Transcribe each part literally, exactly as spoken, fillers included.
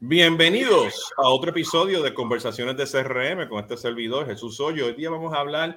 Bienvenidos a otro episodio de Conversaciones de C R M con este servidor Jesús Hoyo. Hoy día vamos a hablar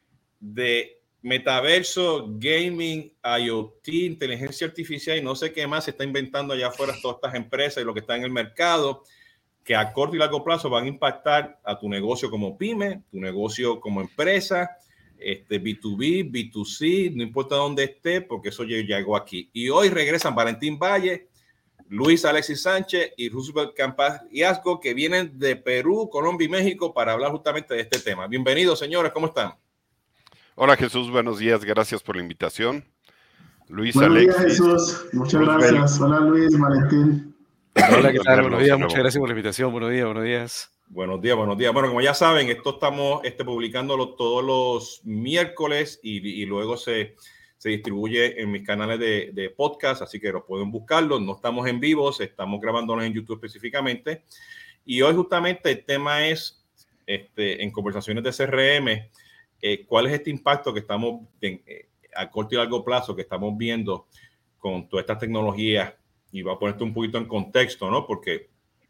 de metaverso, gaming, IoT, inteligencia artificial y no sé qué más se está inventando allá afuera todas estas empresas y lo que está en el mercado que a corto y largo plazo van a impactar a tu negocio como pyme, tu negocio como empresa, este B dos B, B dos C, no importa dónde esté, porque eso ya llegó aquí. Y hoy regresan Valentín Valle, Luis Alexis Sánchez y Roosevelt Campazzo, que vienen de Perú, Colombia y México para hablar justamente de este tema. Bienvenidos, señores, ¿cómo están? Hola Jesús, buenos días, gracias por la invitación. Luis Buenos Alexis. días, Jesús. Muchas Roosevelt. gracias. Hola Luis, Valentín. Hola, ¿qué tal? Buenos días, de muchas gracias por la invitación. Buenos días, buenos días. Buenos días, buenos días. Bueno, como ya saben, esto estamos este, publicándolo todos los miércoles y, y luego se, se distribuye en mis canales de, de podcast, así que los pueden buscarlo. No estamos en vivos, estamos grabándolos en YouTube específicamente. Y hoy justamente el tema es, este, en Conversaciones de C R M, eh, cuál es este impacto que estamos en, eh, a corto y largo plazo que estamos viendo con todas estas tecnologías. Y voy a ponerte un poquito en contexto, ¿no? Porque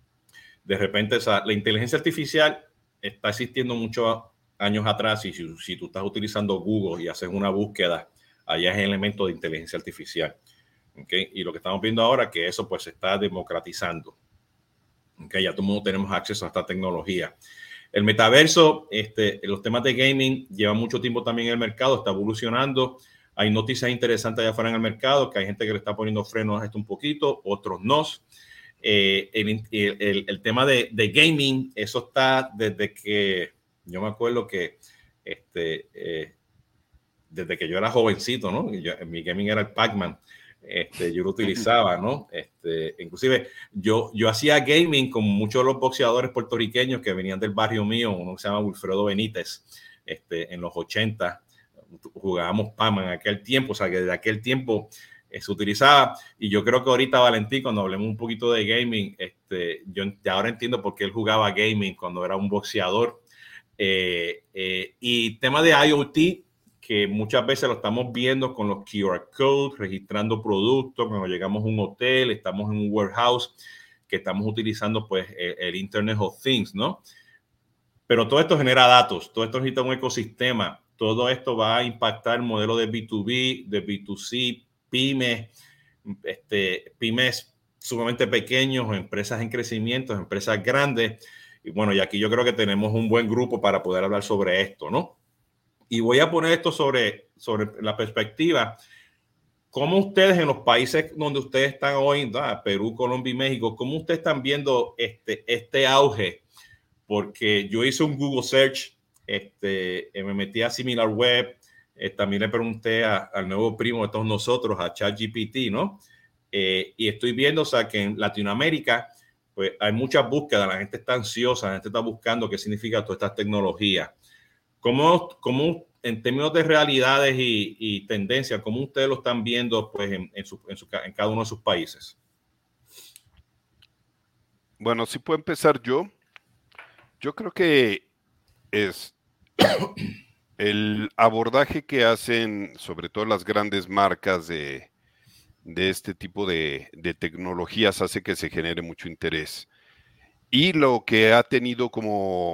de repente esa, la inteligencia artificial está existiendo muchos años atrás y si, si tú estás utilizando Google y haces una búsqueda, allá es el elemento de inteligencia artificial. ¿Okay? Y lo que estamos viendo ahora es que eso pues se está democratizando. ¿Okay? Ya todo el mundo tenemos acceso a esta tecnología. El metaverso, este, los temas de gaming llevan mucho tiempo también en el mercado, está evolucionando. Hay noticias interesantes allá afuera en el mercado, que hay gente que le está poniendo frenos a esto un poquito, otros no. Eh, el, el, el tema de, de gaming, eso está desde que yo me acuerdo que este, eh, desde que yo era jovencito, ¿no? Yo, mi gaming era el Pac-Man, este, yo lo utilizaba, ¿no? Este, inclusive yo, yo hacía gaming con muchos de los boxeadores puertorriqueños que venían del barrio mío, uno que se llama Wilfredo Benítez, este, en los ochenta, jugábamos Pac-Man en aquel tiempo, o sea que desde aquel tiempo se utilizaba, y yo creo que ahorita Valentín, cuando hablemos un poquito de gaming, este, yo ahora entiendo por qué él jugaba gaming cuando era un boxeador. Eh, eh, y tema de IoT, que muchas veces lo estamos viendo con los Q R codes, registrando productos, cuando llegamos a un hotel, estamos en un warehouse, que estamos utilizando pues el, el Internet of Things, ¿no? Pero todo esto genera datos, todo esto necesita un ecosistema, todo esto va a impactar el modelo de B dos B, de B dos C, pymes, este, pymes sumamente pequeños, empresas en crecimiento, empresas grandes. Y bueno, y aquí yo creo que tenemos un buen grupo para poder hablar sobre esto, ¿no? Y voy a poner esto sobre, sobre la perspectiva. ¿Cómo ustedes en los países donde ustedes están hoy, ¿no? Perú, Colombia y México, cómo ustedes están viendo este, este auge? Porque yo hice un Google search, este, me metí a SimilarWeb, eh, también le pregunté a, al nuevo primo de todos nosotros, a ChatGPT, ¿no? Eh, y estoy viendo, o sea, que en Latinoamérica, pues hay muchas búsquedas, la gente está ansiosa, la gente está buscando qué significa todas estas tecnologías. ¿Cómo, cómo en términos de realidades y, y tendencias, cómo ustedes lo están viendo, pues, en, en, su, en, su, en cada uno de sus países? Bueno, si puedo empezar yo. Yo creo que es el abordaje que hacen sobre todo las grandes marcas de, de este tipo de, de tecnologías hace que se genere mucho interés. Y lo que ha tenido como,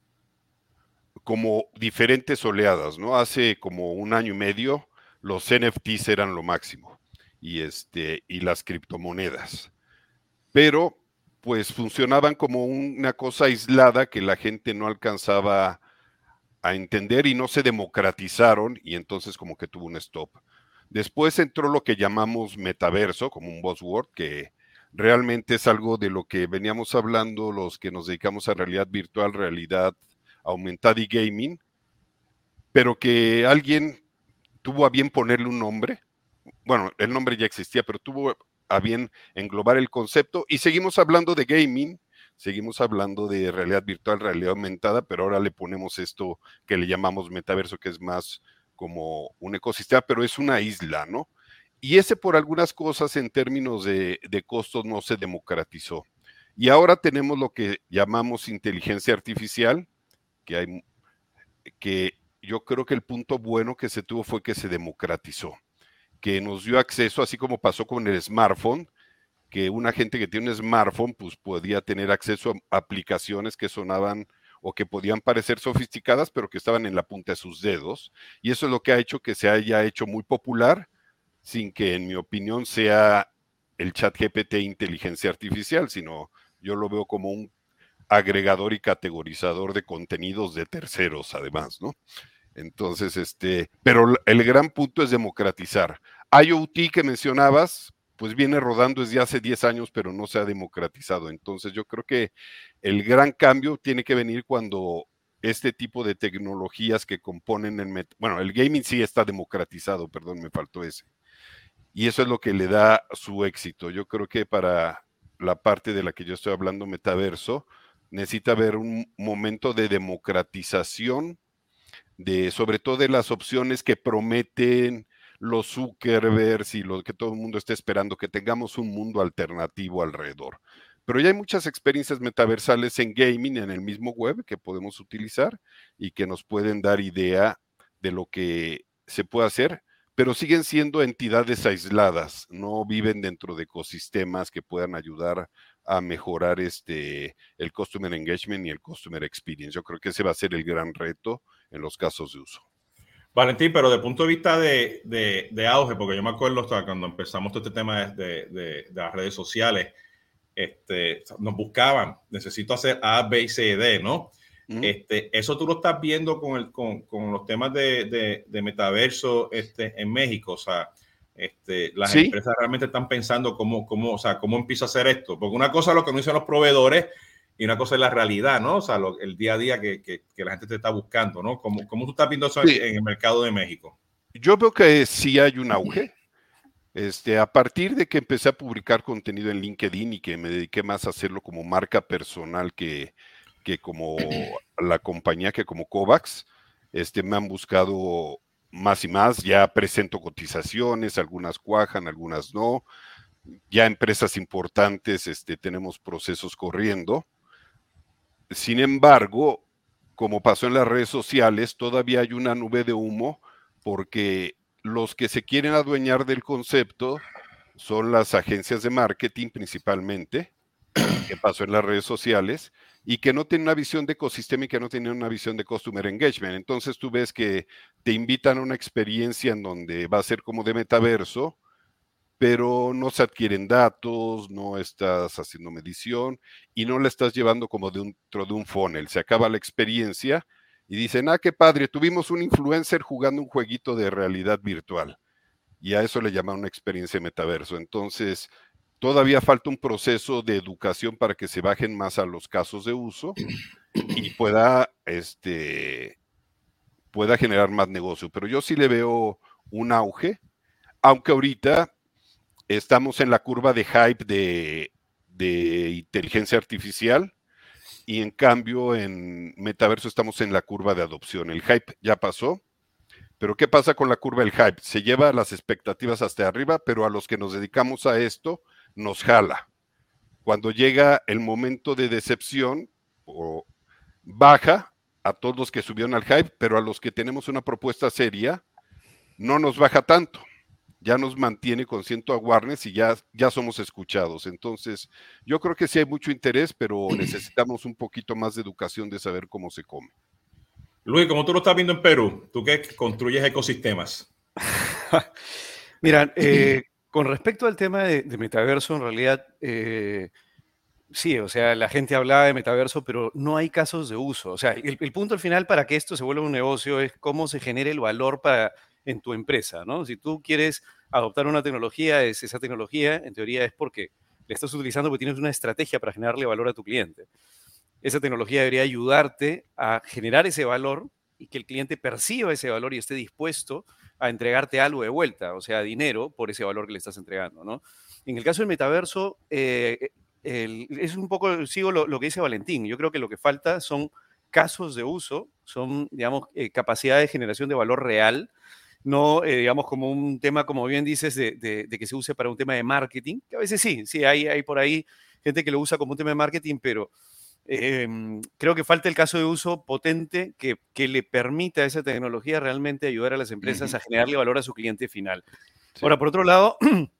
como diferentes oleadas, ¿no? Hace como un año y medio los N F Ts eran lo máximo y, este, y las criptomonedas. Pero pues funcionaban como una cosa aislada que la gente no alcanzaba a entender y no se democratizaron y entonces como que tuvo un stop. Después entró lo que llamamos metaverso, como un buzzword, que realmente es algo de lo que veníamos hablando los que nos dedicamos a realidad virtual, realidad aumentada y gaming, pero que alguien tuvo a bien ponerle un nombre. Bueno, el nombre ya existía, pero tuvo a bien englobar el concepto y seguimos hablando de gaming, seguimos hablando de realidad virtual, realidad aumentada, pero ahora le ponemos esto que le llamamos metaverso, que es más como un ecosistema, pero es una isla, ¿no? Y ese por algunas cosas en términos de, de costos no se democratizó. Y ahora tenemos lo que llamamos inteligencia artificial, que hay, que yo creo que el punto bueno que se tuvo fue que se democratizó, que nos dio acceso, así como pasó con el smartphone, que una gente que tiene un smartphone pues podía tener acceso a aplicaciones que sonaban o que podían parecer sofisticadas, pero que estaban en la punta de sus dedos. Y eso es lo que ha hecho que se haya hecho muy popular, sin que, en mi opinión, sea el ChatGPT inteligencia artificial, sino yo lo veo como un agregador y categorizador de contenidos de terceros, además, ¿no? Entonces, este, pero el gran punto es democratizar. IoT que mencionabas, pues viene rodando desde hace diez años, pero no se ha democratizado. Entonces yo creo que el gran cambio tiene que venir cuando este tipo de tecnologías que componen el... Met- bueno, el gaming sí está democratizado, perdón, me faltó ese. Y eso es lo que le da su éxito. Yo creo que para la parte de la que yo estoy hablando, metaverso, necesita haber un momento de democratización, de, sobre todo de las opciones que prometen los Zuckerbergs y lo que todo el mundo está esperando, que tengamos un mundo alternativo alrededor. Pero ya hay muchas experiencias metaversales en gaming, en el mismo web, que podemos utilizar y que nos pueden dar idea de lo que se puede hacer, pero siguen siendo entidades aisladas, no viven dentro de ecosistemas que puedan ayudar a mejorar este, el Customer Engagement y el Customer Experience. Yo creo que ese va a ser el gran reto en los casos de uso. Valentín, pero de punto de vista de, de, de auge, porque yo me acuerdo hasta cuando empezamos todo este tema de, de, de las redes sociales, este, nos buscaban, necesito hacer A, B y C, D, ¿no? Uh-huh. Este, eso tú lo estás viendo con, el, con, con los temas de, de, de metaverso este, en México, o sea, este, las ¿Sí? empresas realmente están pensando cómo, cómo, o sea, cómo empiezo a hacer esto, porque una cosa es lo que nos dicen los proveedores y una cosa es la realidad, ¿no? O sea, lo, el día a día que, que, que la gente te está buscando, ¿no? ¿Cómo, cómo tú estás viendo eso sí. en, en el mercado de México? Yo veo que sí hay un auge. Este, a partir de que empecé a publicar contenido en LinkedIn y que me dediqué más a hacerlo como marca personal que, que como la compañía, que como Kovacs, este, me han buscado más y más. Ya presento cotizaciones, algunas cuajan, algunas no. Ya empresas importantes, este, tenemos procesos corriendo. Sin embargo, como pasó en las redes sociales, todavía hay una nube de humo porque los que se quieren adueñar del concepto son las agencias de marketing principalmente, que pasó en las redes sociales, y que no tienen una visión de ecosistema y que no tienen una visión de customer engagement. Entonces tú ves que te invitan a una experiencia en donde va a ser como de metaverso, pero no se adquieren datos, no estás haciendo medición y no la estás llevando como dentro de un funnel. Se acaba la experiencia y dicen, ah, qué padre, tuvimos un influencer jugando un jueguito de realidad virtual. Y a eso le llaman una experiencia metaverso. Entonces, todavía falta un proceso de educación para que se bajen más a los casos de uso y pueda, este, pueda generar más negocio. Pero yo sí le veo un auge, aunque ahorita estamos en la curva de hype de, de inteligencia artificial y en cambio en metaverso estamos en la curva de adopción. El hype ya pasó, pero ¿qué pasa con la curva del hype? Se lleva las expectativas hasta arriba, pero a los que nos dedicamos a esto nos jala. Cuando llega el momento de decepción, o baja a todos los que subieron al hype, pero a los que tenemos una propuesta seria, no nos baja tanto. Ya nos mantiene con cierto awareness y ya, ya somos escuchados. Entonces, yo creo que sí hay mucho interés, pero necesitamos un poquito más de educación de saber cómo se come. Luis, como tú lo estás viendo en Perú, tú que construyes ecosistemas. Mira, eh, con respecto al tema de, de metaverso, en realidad, eh, sí, o sea, la gente hablaba de metaverso, pero no hay casos de uso. O sea, el, el punto al final para que esto se vuelva un negocio es cómo se genere el valor para, en tu empresa, ¿no? Si tú quieres adoptar una tecnología, es esa tecnología, en teoría, es porque la estás utilizando porque tienes una estrategia para generarle valor a tu cliente. Esa tecnología debería ayudarte a generar ese valor y que el cliente perciba ese valor y esté dispuesto a entregarte algo de vuelta, o sea, dinero por ese valor que le estás entregando, ¿no? En el caso del metaverso, eh, el, es un poco, sigo lo, lo que dice Valentín, yo creo que lo que falta son casos de uso, son, digamos, eh, capacidad de generación de valor real, no, eh, digamos, como un tema, como bien dices, de, de, de que se use para un tema de marketing, que a veces sí, sí, hay, hay por ahí gente que lo usa como un tema de marketing, pero eh, creo que falta el caso de uso potente que, que le permita a esa tecnología realmente ayudar a las empresas uh-huh. a generarle valor a su cliente final. Sí. Ahora, por otro lado,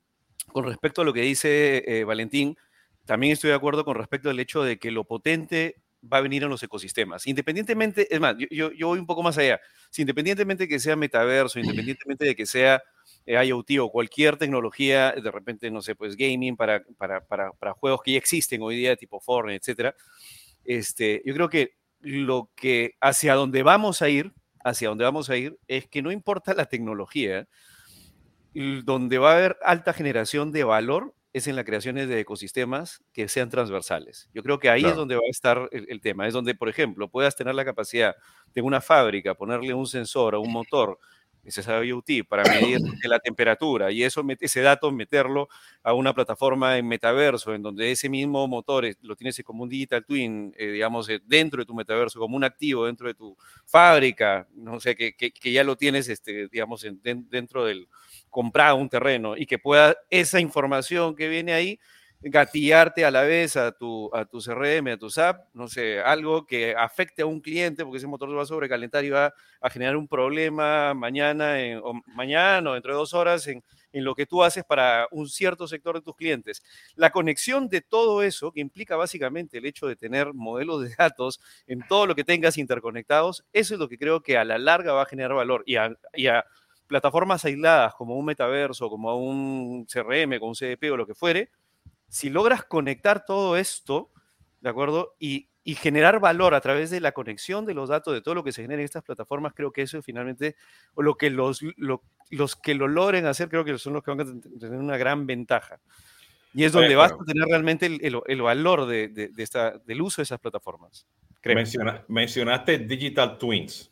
con respecto a lo que dice eh, Valentín, también estoy de acuerdo con respecto al hecho de que lo potente va a venir en los ecosistemas. Independientemente, es más, yo, yo, yo voy un poco más allá. Si independientemente de que sea metaverso, independientemente de que sea eh, IoT o cualquier tecnología, de repente, no sé, pues gaming para, para, para, para juegos que ya existen hoy día, tipo Fortnite, etcétera, este, yo creo que lo que hacia donde vamos a ir, hacia donde vamos a ir, es que no importa la tecnología, donde va a haber alta generación de valor es en la creación de ecosistemas que sean transversales. Yo creo que ahí claro. es donde va a estar el, el tema. Es donde, por ejemplo, puedas tener la capacidad de una fábrica, ponerle un sensor o un motor, ese es IoT, para medir la temperatura y eso, ese dato meterlo a una plataforma en metaverso, en donde ese mismo motor lo tienes como un digital twin, eh, digamos, dentro de tu metaverso, como un activo dentro de tu fábrica, no sé, que, que, que ya lo tienes, este, digamos, en, dentro del comprado un terreno y que pueda esa información que viene ahí gatillarte a la vez a tu, a tu C R M, a tu S A P, no sé, algo que afecte a un cliente porque ese motor se va a sobrecalentar y va a generar un problema mañana, en, o mañana o dentro de dos horas en, en lo que tú haces para un cierto sector de tus clientes. La conexión de todo eso, que implica básicamente el hecho de tener modelos de datos en todo lo que tengas interconectados, eso es lo que creo que a la larga va a generar valor y a, y a plataformas aisladas como un metaverso, como un C R M, como un C D P o lo que fuere. Si logras conectar todo esto, ¿de acuerdo? Y, y generar valor a través de la conexión de los datos, de todo lo que se genera en estas plataformas, creo que eso finalmente, o lo que los, lo, los que lo logren hacer, creo que son los que van a tener una gran ventaja. Y es donde Oye, vas a tener realmente el, el, el valor de, de, de esta, del uso de esas plataformas. Menciona, mencionaste Digital Twins.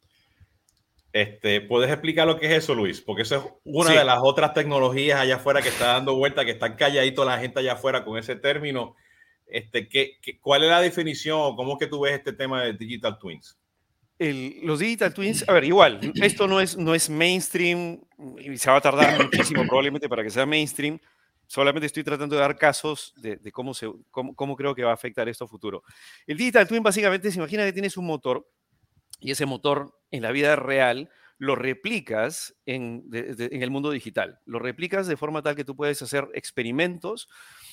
Este, ¿puedes explicar lo que es eso, Luis? Porque eso es una sí. de las otras tecnologías allá afuera que está dando vuelta, que están calladitos la gente allá afuera con ese término. Este, ¿qué, qué, ¿Cuál es la definición? ¿Cómo es que tú ves este tema de Digital Twins? El, los Digital Twins, a ver, igual, esto no es, no es mainstream y se va a tardar muchísimo probablemente para que sea mainstream. Solamente estoy tratando de dar casos de, de cómo, se, cómo, cómo creo que va a afectar esto a futuro. El Digital Twin básicamente se imagina que tienes un motor y ese motor en la vida real lo replicas en, de, de, en el mundo digital. Lo replicas de forma tal que tú puedes hacer experimentos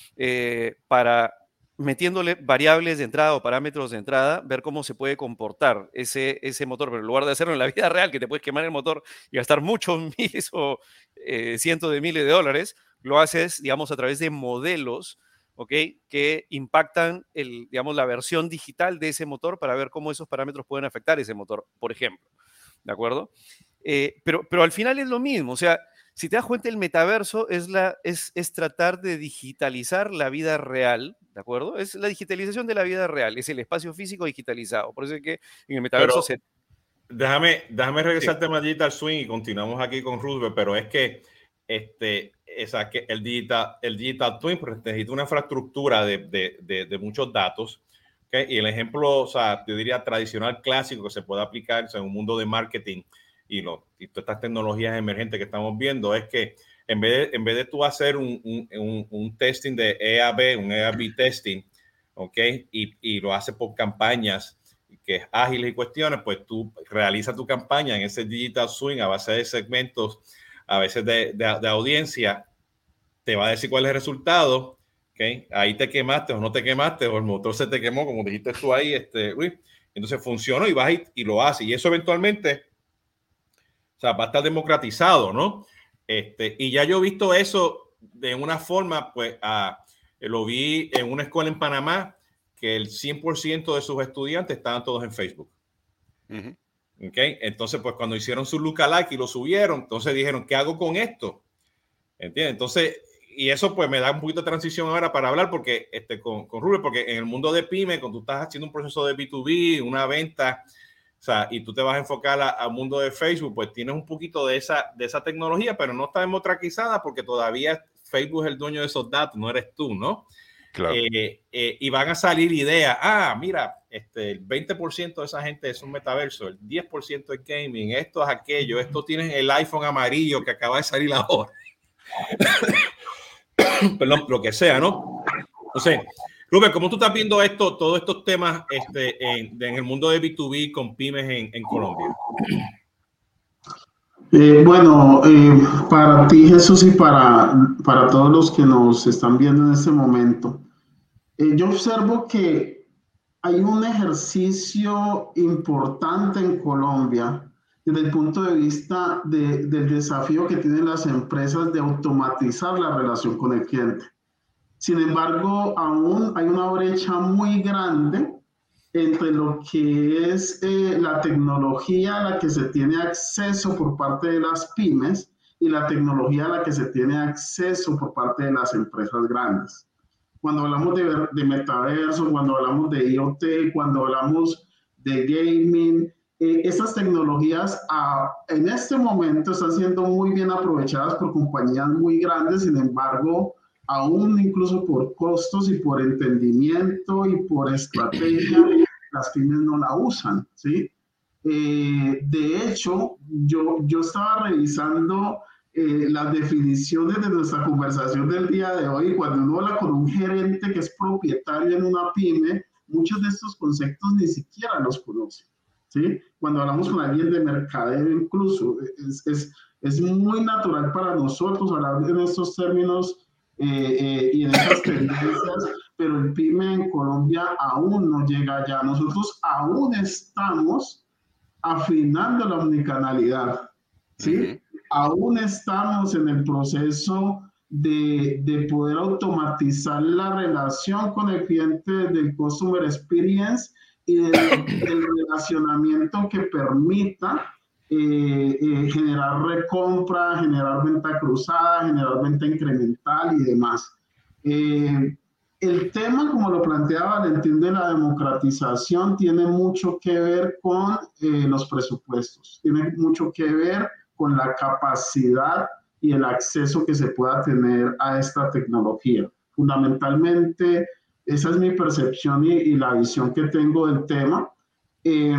eh, para, metiéndole variables de entrada o parámetros de entrada, ver cómo se puede comportar ese, ese motor. Pero en lugar de hacerlo en la vida real, que te puedes quemar el motor y gastar muchos miles o eh, cientos de miles de dólares, lo haces, digamos, a través de modelos, ¿ok? Que impactan el, digamos, la versión digital de ese motor para ver cómo esos parámetros pueden afectar ese motor, por ejemplo. ¿De acuerdo? Eh, pero, pero al final es lo mismo. O sea, si te das cuenta, el metaverso es, la, es, es tratar de digitalizar la vida real, ¿de acuerdo? Es la digitalización de la vida real, es el espacio físico digitalizado. Por eso es que en el metaverso pero, se... Déjame, déjame regresar al sí. tema Digital Twin y continuamos aquí con Roosevelt, pero es que este, esa, que el, digital, el Digital Twin pues, necesita una infraestructura de, de, de, de muchos datos. ¿Okay? Y el ejemplo, o sea, yo diría tradicional, clásico, que se puede aplicar o sea, en un mundo de marketing y, lo, y todas estas tecnologías emergentes que estamos viendo, es que en vez de, en vez de tú hacer un, un, un, un testing de E A B, un E A B testing, ¿ok? Y, y lo haces por campañas que es ágiles y cuestiones, pues tú realizas tu campaña en ese Digital Twin a base de segmentos, a veces de, de, de audiencia, te va a decir cuál es el resultado. Okay. Ahí te quemaste o no te quemaste o el motor se te quemó, como dijiste tú ahí, este, Luis. Entonces funcionó y vas y, y lo hace. Y eso eventualmente, o sea, va a estar democratizado, ¿no? Este, y ya yo he visto eso de una forma, pues, a, lo vi en una escuela en Panamá, que el cien por ciento de sus estudiantes estaban todos en Facebook. Uh-huh. Okay. Entonces, pues, cuando hicieron su lookalike y lo subieron, entonces dijeron, ¿qué hago con esto? ¿Entiendes? Entonces, y eso pues me da un poquito de transición ahora para hablar porque este, con, con Rubén, porque en el mundo de pyme, cuando tú estás haciendo un proceso de B dos B, una venta, o sea, y tú te vas a enfocar al mundo de Facebook, pues tienes un poquito de esa, de esa tecnología, pero no está democratizada porque todavía Facebook es el dueño de esos datos, no eres tú, ¿no? Claro. Eh, eh, y van a salir ideas, ah, mira, este, el veinte por ciento de esa gente es un metaverso, el diez por ciento es gaming, esto es aquello, esto tienen el iPhone amarillo que acaba de salir ahora. Perdón, lo que sea, ¿no? No sé, Rubén, ¿cómo tú estás viendo esto, todos estos temas este, en, en el mundo de B dos B con pymes en, en Colombia? Eh, bueno, eh, para ti, Jesús, y para, para todos los que nos están viendo en este momento, eh, yo observo que hay un ejercicio importante en Colombia desde el punto de vista de- del desafío que tienen las empresas de automatizar la relación con el cliente. Sin embargo, aún hay una brecha muy grande entre lo que es eh, la tecnología a la que se tiene acceso por parte de las pymes y la tecnología a la que se tiene acceso por parte de las empresas grandes. Cuando hablamos de, de metaverso, cuando hablamos de IoT, cuando hablamos de gaming, eh, estas tecnologías a, en este momento están siendo muy bien aprovechadas por compañías muy grandes. Sin embargo, aún incluso por costos y por entendimiento y por estrategia, las pymes no la usan, ¿sí? Eh, de hecho, yo, yo estaba revisando eh, las definiciones de nuestra conversación del día de hoy. Cuando uno habla con un gerente que es propietario en una pyme, muchos de estos conceptos ni siquiera los conoce, ¿sí? Cuando hablamos con alguien de mercadeo incluso, es, es, es muy natural para nosotros hablar en estos términos eh, eh, y en esas tendencias, pero el pyme en Colombia aún no llega allá. Nosotros aún estamos afinando la omnicanalidad, ¿sí? Ujú. Aún estamos en el proceso de, de poder automatizar la relación con el cliente del Customer Experience y del, del relacionamiento que permita eh, eh, generar recompra, generar venta cruzada, generar venta incremental y demás. Eh, el tema, como lo planteaba Valentín, de la democratización tiene mucho que ver con eh, los presupuestos, tiene mucho que ver con la capacidad y el acceso que se pueda tener a esta tecnología. Fundamentalmente, esa es mi percepción y, y la visión que tengo del tema. Eh,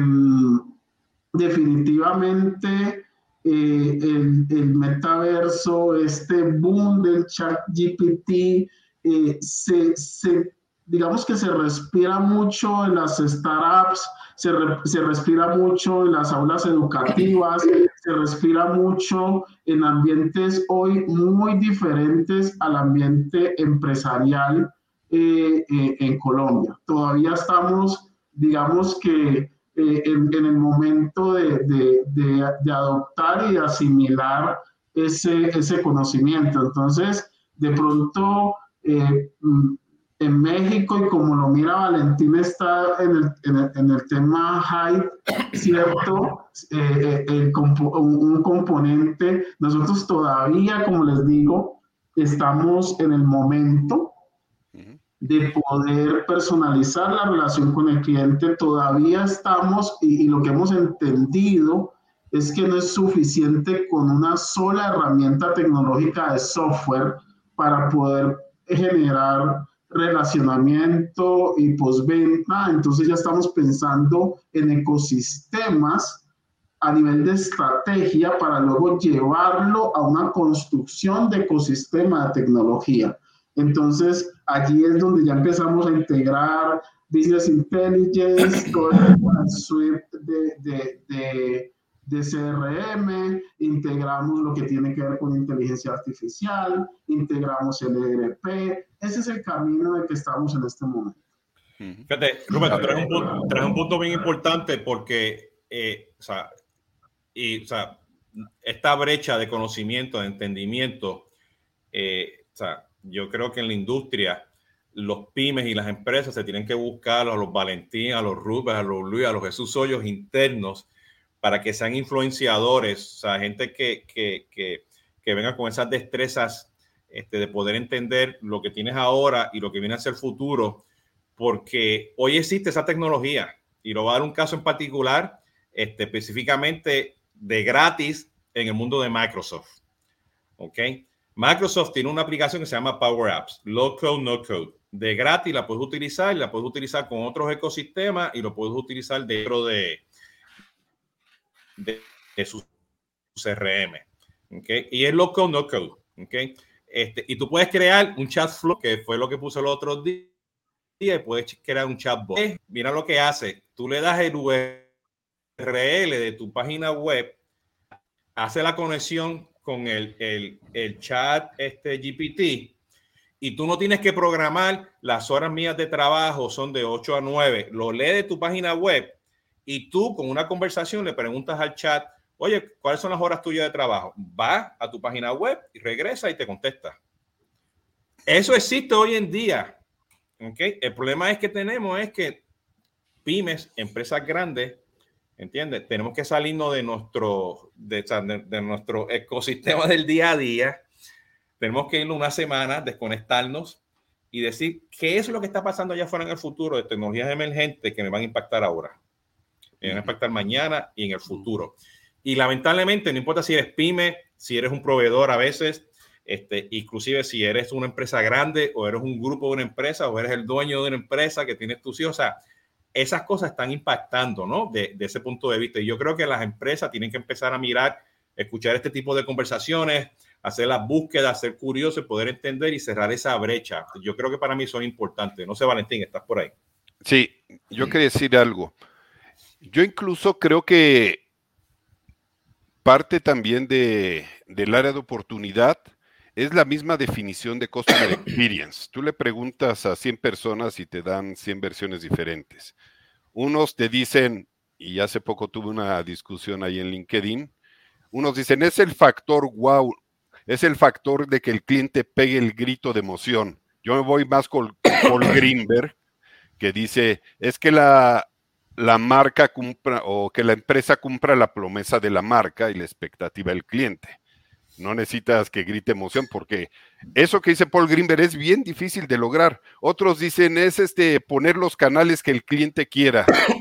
definitivamente, eh, el, el, metaverso, este boom del chat G P T, eh, se, se, digamos que se respira mucho en las startups, se, re, se respira mucho en las aulas educativas, se respira mucho en ambientes hoy muy diferentes al ambiente empresarial eh, eh, en Colombia. Todavía estamos, digamos que, eh, en, en, el momento de, de, de, de, adoptar y de asimilar ese, ese conocimiento. Entonces, de pronto, eh, en México, y como lo mira Valentín, está en el, en el, en el tema hype, ¿cierto? Eh, el, un componente, nosotros todavía, como les digo, estamos en el momento de poder personalizar la relación con el cliente. Todavía estamos, y, y lo que hemos entendido es que no es suficiente con una sola herramienta tecnológica de software para poder generar relacionamiento y postventa. Entonces ya estamos pensando en ecosistemas a nivel de estrategia para luego llevarlo a una construcción de ecosistema de tecnología. Entonces, allí es donde ya empezamos a integrar Business Intelligence, todo el suite de, de, de, de C R M, integramos lo que tiene que ver con inteligencia artificial, integramos el E R P. Ese es el camino en el que estamos en este momento. Fíjate, Rubén, tú traes un punto, traes un punto bien importante porque, eh, o sea, y, o sea, esta brecha de conocimiento, de entendimiento, eh, o sea, yo creo que en la industria los pymes y las empresas se tienen que buscar a los Valentín, a los Rubén, a los Luis, a los Jesús Hoyos internos para que sean influenciadores, o sea, gente que, que, que, que venga con esas destrezas este, de poder entender lo que tienes ahora y lo que viene a ser futuro, porque hoy existe esa tecnología y lo voy a dar un caso en particular, este, específicamente de gratis en el mundo de Microsoft. ¿Ok? Microsoft tiene una aplicación que se llama Power Apps, Low Code, No Code. De gratis la puedes utilizar y la puedes utilizar con otros ecosistemas y lo puedes utilizar dentro de, de, de su C R M. ¿Okay? Y es Low Code, No Code. ¿Okay? Este, y tú puedes crear un chat flow, que fue lo que puse el otro día, y puedes crear un chatbot. Mira lo que hace. Tú le das el U R L de tu página web hace la conexión con el, el, el chat este G P T y tú no tienes que programar las horas mías de trabajo, son de ocho a nueve, lo lee de tu página web y tú con una conversación le preguntas al chat, oye, ¿cuáles son las horas tuyas de trabajo? Va a tu página web y regresa y te contesta. Eso existe hoy en día. ¿Okay? El problema es que tenemos es que pymes, empresas grandes, ¿entiendes? Tenemos que salirnos de nuestro, de, de, de nuestro ecosistema del día a día. Tenemos que ir una semana, desconectarnos y decir qué es lo que está pasando allá afuera en el futuro de tecnologías emergentes que me van a impactar ahora, me van a impactar mañana y en el futuro. Y lamentablemente, no importa si eres pyme, si eres un proveedor a veces, este, inclusive si eres una empresa grande o eres un grupo de una empresa o eres el dueño de una empresa que tienes tus hijos, o sea, esas cosas están impactando, ¿no? De, de ese punto de vista. Y yo creo que las empresas tienen que empezar a mirar, escuchar este tipo de conversaciones, hacer las búsquedas, ser curiosos, poder entender y cerrar esa brecha. Yo creo que para mí son importantes. No sé, Valentín, ¿estás por ahí? Sí, yo quería decir algo. Yo incluso creo que parte también de, del área de oportunidad es la misma definición de Customer Experience. Tú le preguntas a cien personas y te dan cien versiones diferentes. Unos te dicen, y hace poco tuve una discusión ahí en LinkedIn, unos dicen, es el factor wow, es el factor de que el cliente pegue el grito de emoción. Yo me voy más con Paul Greenberg, que dice, es que la, la marca cumpla, o que la empresa cumpla la promesa de la marca y la expectativa del cliente. No necesitas que grite emoción, porque eso que dice Paul Greenberg es bien difícil de lograr. Otros dicen, es este poner los canales que el cliente quiera,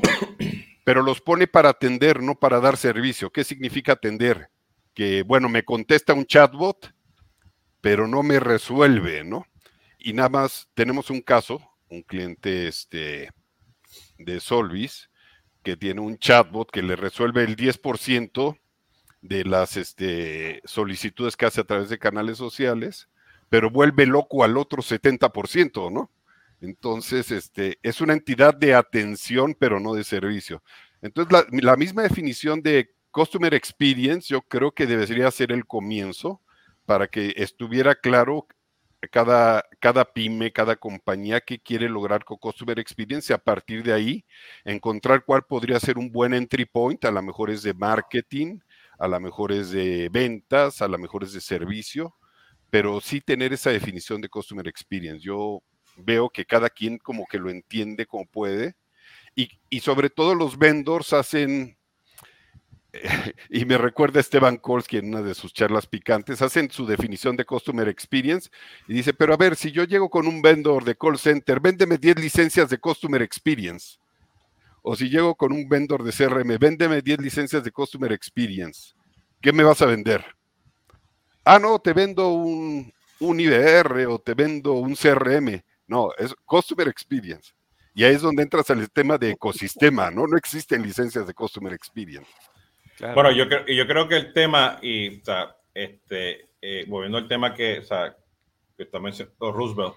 pero los pone para atender, no para dar servicio. ¿Qué significa atender? Que, bueno, me contesta un chatbot, pero no me resuelve, ¿no? Y nada más tenemos un caso, un cliente este, de Solvis, que tiene un chatbot que le resuelve el diez por ciento de las este, solicitudes que hace a través de canales sociales, pero vuelve loco al otro setenta por ciento, ¿no? Entonces, este, es una entidad de atención, pero no de servicio. Entonces, la, la misma definición de Customer Experience, yo creo que debería ser el comienzo para que estuviera claro cada, cada pyme, cada compañía que quiere lograr con Customer Experience, y a partir de ahí encontrar cuál podría ser un buen entry point. A lo mejor es de marketing, a lo mejor es de ventas, a lo mejor es de servicio, pero sí tener esa definición de Customer Experience. Yo veo que cada quien como que lo entiende como puede, y, y sobre todo los vendors hacen, eh, y me recuerda Esteban Kolsky en una de sus charlas picantes, hacen su definición de Customer Experience y dice, pero a ver, si yo llego con un vendor de call center, véndeme diez licencias de Customer Experience. O si llego con un vendor de C R M, véndeme diez licencias de Customer Experience. ¿Qué me vas a vender? Ah, no, te vendo un, un I V R o te vendo un C R M. No, es Customer Experience. Y ahí es donde entras al tema de ecosistema, ¿no? No existen licencias de Customer Experience. Claro. Bueno, yo, creo, yo creo que el tema, y o sea, este, eh, volviendo al tema que, o sea, que está mencionando Roosevelt,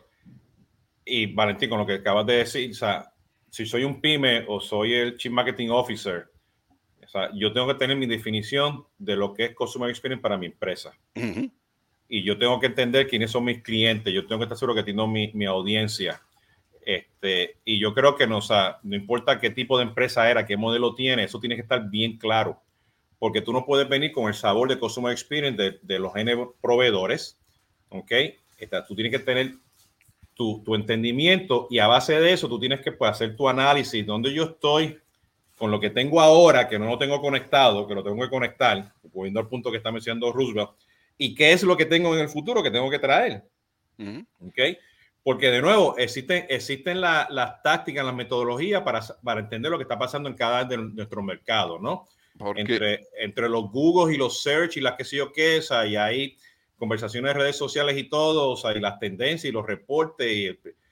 y Valentín, con lo que acabas de decir, o sea, si soy un pyme o soy el Chief Marketing Officer, o sea, yo tengo que tener mi definición de lo que es Customer Experience para mi empresa. Uh-huh. Y yo tengo que entender quiénes son mis clientes. Yo tengo que estar seguro que tengo mi, mi audiencia. Este, y yo creo que no, o sea, no importa qué tipo de empresa era, qué modelo tiene, eso tiene que estar bien claro. Porque tú no puedes venir con el sabor de Customer Experience de, de los N proveedores. ¿Ok? Esta, tú tienes que tener tu, tu entendimiento, y a base de eso tú tienes que pues, hacer tu análisis. ¿Dónde yo estoy con lo que tengo ahora, que no lo tengo conectado, que lo tengo que conectar, volviendo al punto que está mencionando Roosevelt, y qué es lo que tengo en el futuro que tengo que traer? Uh-huh. ¿Ok? Porque de nuevo, existen, existen la, las tácticas, las metodologías para, para entender lo que está pasando en cada de nuestro mercado, ¿no? Entre, entre los Google y los search y las que sé yo qué, o sea, y hay conversaciones de redes sociales y todo, o sea, y las tendencias y los reportes y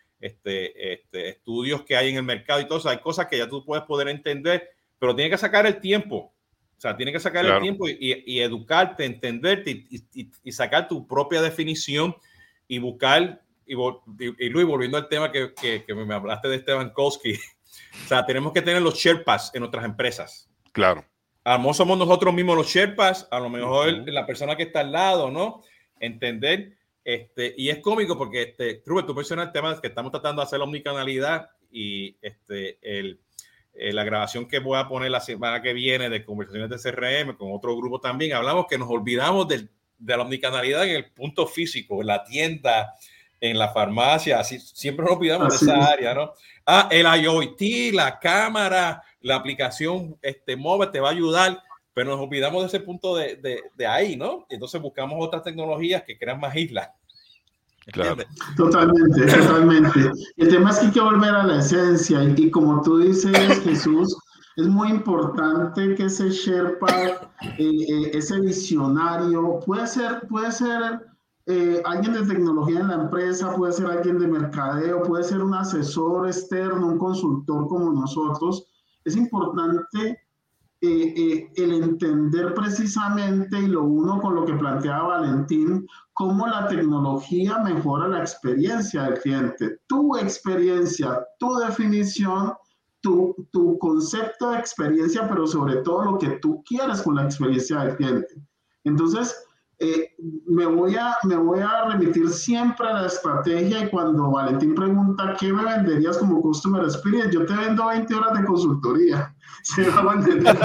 este, este, estudios que hay en el mercado y todo, o sea, hay cosas que ya tú puedes poder entender, pero tienes que sacar el tiempo, o sea, tienes que sacar claro. el tiempo y, y, y educarte, entenderte y, y, y sacar tu propia definición y buscar, y, y, y Luis, volviendo al tema que, que, que me hablaste de Esteban Kolsky, o sea, tenemos que tener los Sherpas en nuestras empresas. Claro. a lo mejor somos nosotros mismos los Sherpas, a lo mejor uh-huh. la persona que está al lado, ¿no? Entender, este, y es cómico porque, este, Rubén, tú mencionas el tema que estamos tratando de hacer la omnicanalidad y este, el, eh, la grabación que voy a poner la semana que viene de conversaciones de C R M con otro grupo también, hablamos que nos olvidamos del, de la omnicanalidad en el punto físico, en la tienda, en la farmacia, así siempre nos olvidamos así de esa es. área, ¿no? Ah, el I O T, la cámara, la aplicación este, móvil te va a ayudar, pero nos olvidamos de ese punto de, de, de ahí, ¿no? Entonces buscamos otras tecnologías que crean más islas. Claro. Totalmente, totalmente. El tema es que hay que volver a la esencia y, y como tú dices, Jesús, es muy importante que ese Sherpa, eh, eh, ese visionario, puede ser, puede ser eh, alguien de tecnología en la empresa, puede ser alguien de mercadeo, puede ser un asesor externo, un consultor como nosotros. Es importante Eh, eh, el entender precisamente, y lo uno con lo que planteaba Valentín, cómo la tecnología mejora la experiencia del cliente. Tu experiencia, tu definición, tu, tu concepto de experiencia, pero sobre todo lo que tú quieres con la experiencia del cliente. Entonces, eh, me, voy a, me voy a remitir siempre a la estrategia y cuando Valentín pregunta ¿qué me venderías como Customer Experience? Yo te vendo veinte horas de consultoría. ¿Se va a entender?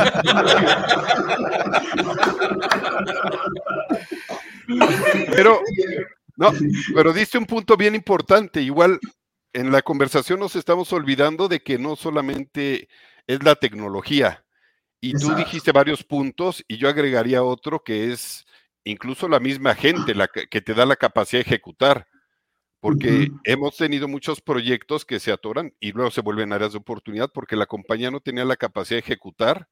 Pero, no, pero diste un punto bien importante. Igual en la conversación nos estamos olvidando de que no solamente es la tecnología. Y Exacto. Tú dijiste varios puntos y yo agregaría otro que es incluso la misma gente la que, que te da la capacidad de ejecutar. Porque uh-huh. hemos tenido muchos proyectos que se atoran y luego se vuelven áreas de oportunidad porque la compañía no tenía la capacidad de ejecutar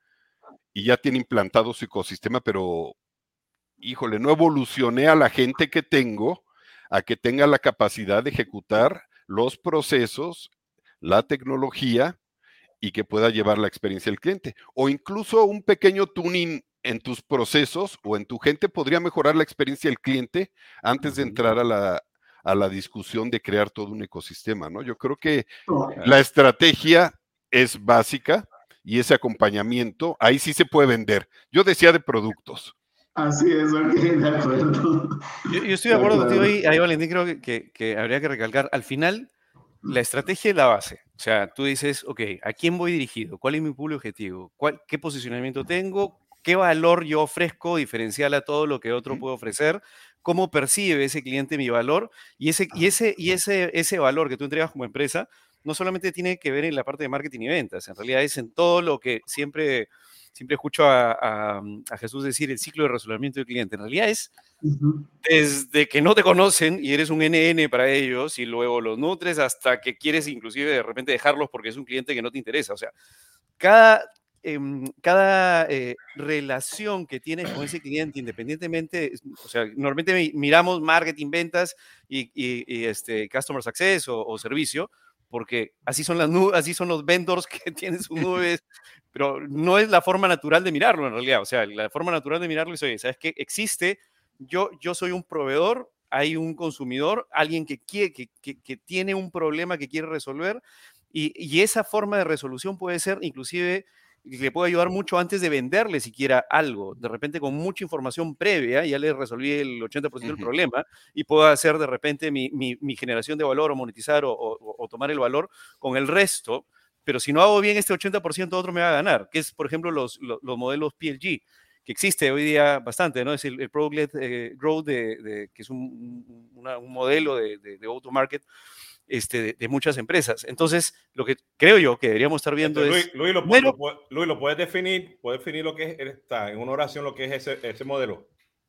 y ya tiene implantado su ecosistema, pero, híjole, no evolucioné a la gente que tengo a que tenga la capacidad de ejecutar los procesos, la tecnología y que pueda llevar la experiencia del cliente. O incluso un pequeño tuning en tus procesos o en tu gente podría mejorar la experiencia del cliente antes de entrar a la a la discusión de crear todo un ecosistema, ¿no? Yo creo que la estrategia es básica y ese acompañamiento, ahí sí se puede vender. Yo decía de productos. Así es, ok, de acuerdo. Yo, yo estoy de acuerdo contigo ahí, ahí Valentín, creo que, que, que habría que recalcar, al final, la estrategia es la base. O sea, tú dices, ok, ¿a quién voy dirigido? ¿Cuál es mi público objetivo? ¿Cuál, ¿Qué posicionamiento tengo? ¿Qué valor yo ofrezco diferencial a todo lo que otro puede ofrecer? ¿Cómo percibe ese cliente mi valor? Y ese, y ese, y ese, ese valor que tú entregas como empresa no solamente tiene que ver en la parte de marketing y ventas, en realidad es en todo lo que siempre, siempre escucho a, a, a Jesús decir, el ciclo de resolvimiento del cliente. En realidad es uh-huh. desde que no te conocen y eres un N N para ellos y luego los nutres hasta que quieres inclusive de repente dejarlos porque es un cliente que no te interesa. O sea, cada... Eh, cada eh, relación que tienes con ese cliente, independientemente, o sea, normalmente miramos marketing, ventas y, y, y este, customer success o, o servicio, porque así son, las nubes, así son los vendors que tienen sus nubes, pero no es la forma natural de mirarlo en realidad. O sea, la forma natural de mirarlo es, oye, ¿sabes qué? Existe, yo, yo soy un proveedor, hay un consumidor, alguien que, quiere, que, que, que tiene un problema que quiere resolver y, y esa forma de resolución puede ser inclusive le puede ayudar mucho antes de venderle siquiera algo. De repente con mucha información previa ya le resolví el ochenta por ciento del uh-huh. problema y puedo hacer de repente mi, mi, mi generación de valor o monetizar o, o, o tomar el valor con el resto, pero si no hago bien este ochenta por ciento otro me va a ganar, que es por ejemplo los, los, los modelos P L G, que existe hoy día bastante, ¿no? Es el, el Product Led eh, Growth, de, de, que es un, una, un modelo de, de, de go-to-market Este, de, de muchas empresas. Entonces, lo que creo yo que deberíamos estar viendo Entonces, es... Luis, Luis, lo, bueno, lo, Luis, ¿lo puedes definir? ¿Puedes definir lo que es, está en una oración, lo que es ese, ese modelo?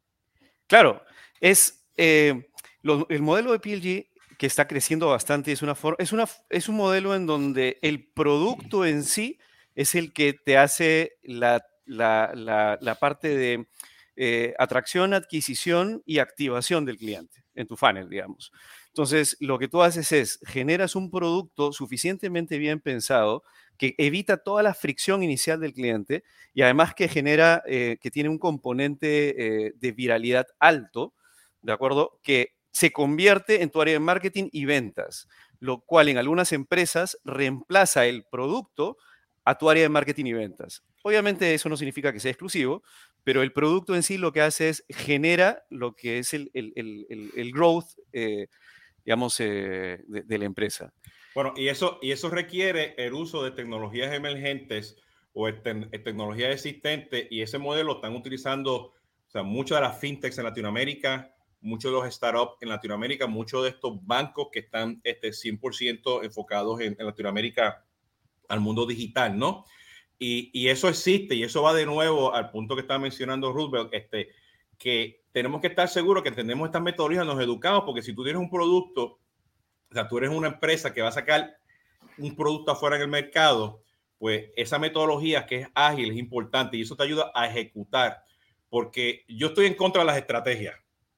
Claro, es eh, lo, el modelo de P L G que está creciendo bastante, es, una for, es, una, es un modelo en donde el producto en sí es el que te hace la, la, la, la parte de eh, atracción, adquisición y activación del cliente en tu funnel, digamos. Entonces, lo que tú haces es, generas un producto suficientemente bien pensado que evita toda la fricción inicial del cliente y además que genera, eh, que tiene un componente eh, de viralidad alto, ¿de acuerdo? Que se convierte en tu área de marketing y ventas, lo cual en algunas empresas reemplaza el producto a tu área de marketing y ventas. Obviamente eso no significa que sea exclusivo, pero el producto en sí lo que hace es genera lo que es el, el, el, el, el growth, eh, digamos, eh, de, de la empresa. Bueno, y eso, y eso requiere el uso de tecnologías emergentes o te tecnologías existentes, y ese modelo están utilizando, o sea, muchas de las fintechs en Latinoamérica, muchos de los startups en Latinoamérica, muchos de estos bancos que están este, cien por ciento enfocados en, en Latinoamérica al mundo digital, ¿no? Y, y eso existe, y eso va de nuevo al punto que estaba mencionando Roosevelt, este, que tenemos que estar seguros que entendemos estas metodologías, nos educamos, porque si tú tienes un producto, o sea, tú eres una empresa que va a sacar un producto afuera en el mercado, pues esa metodología que es ágil es importante, y eso te ayuda a ejecutar, porque yo estoy en contra de las estrategias.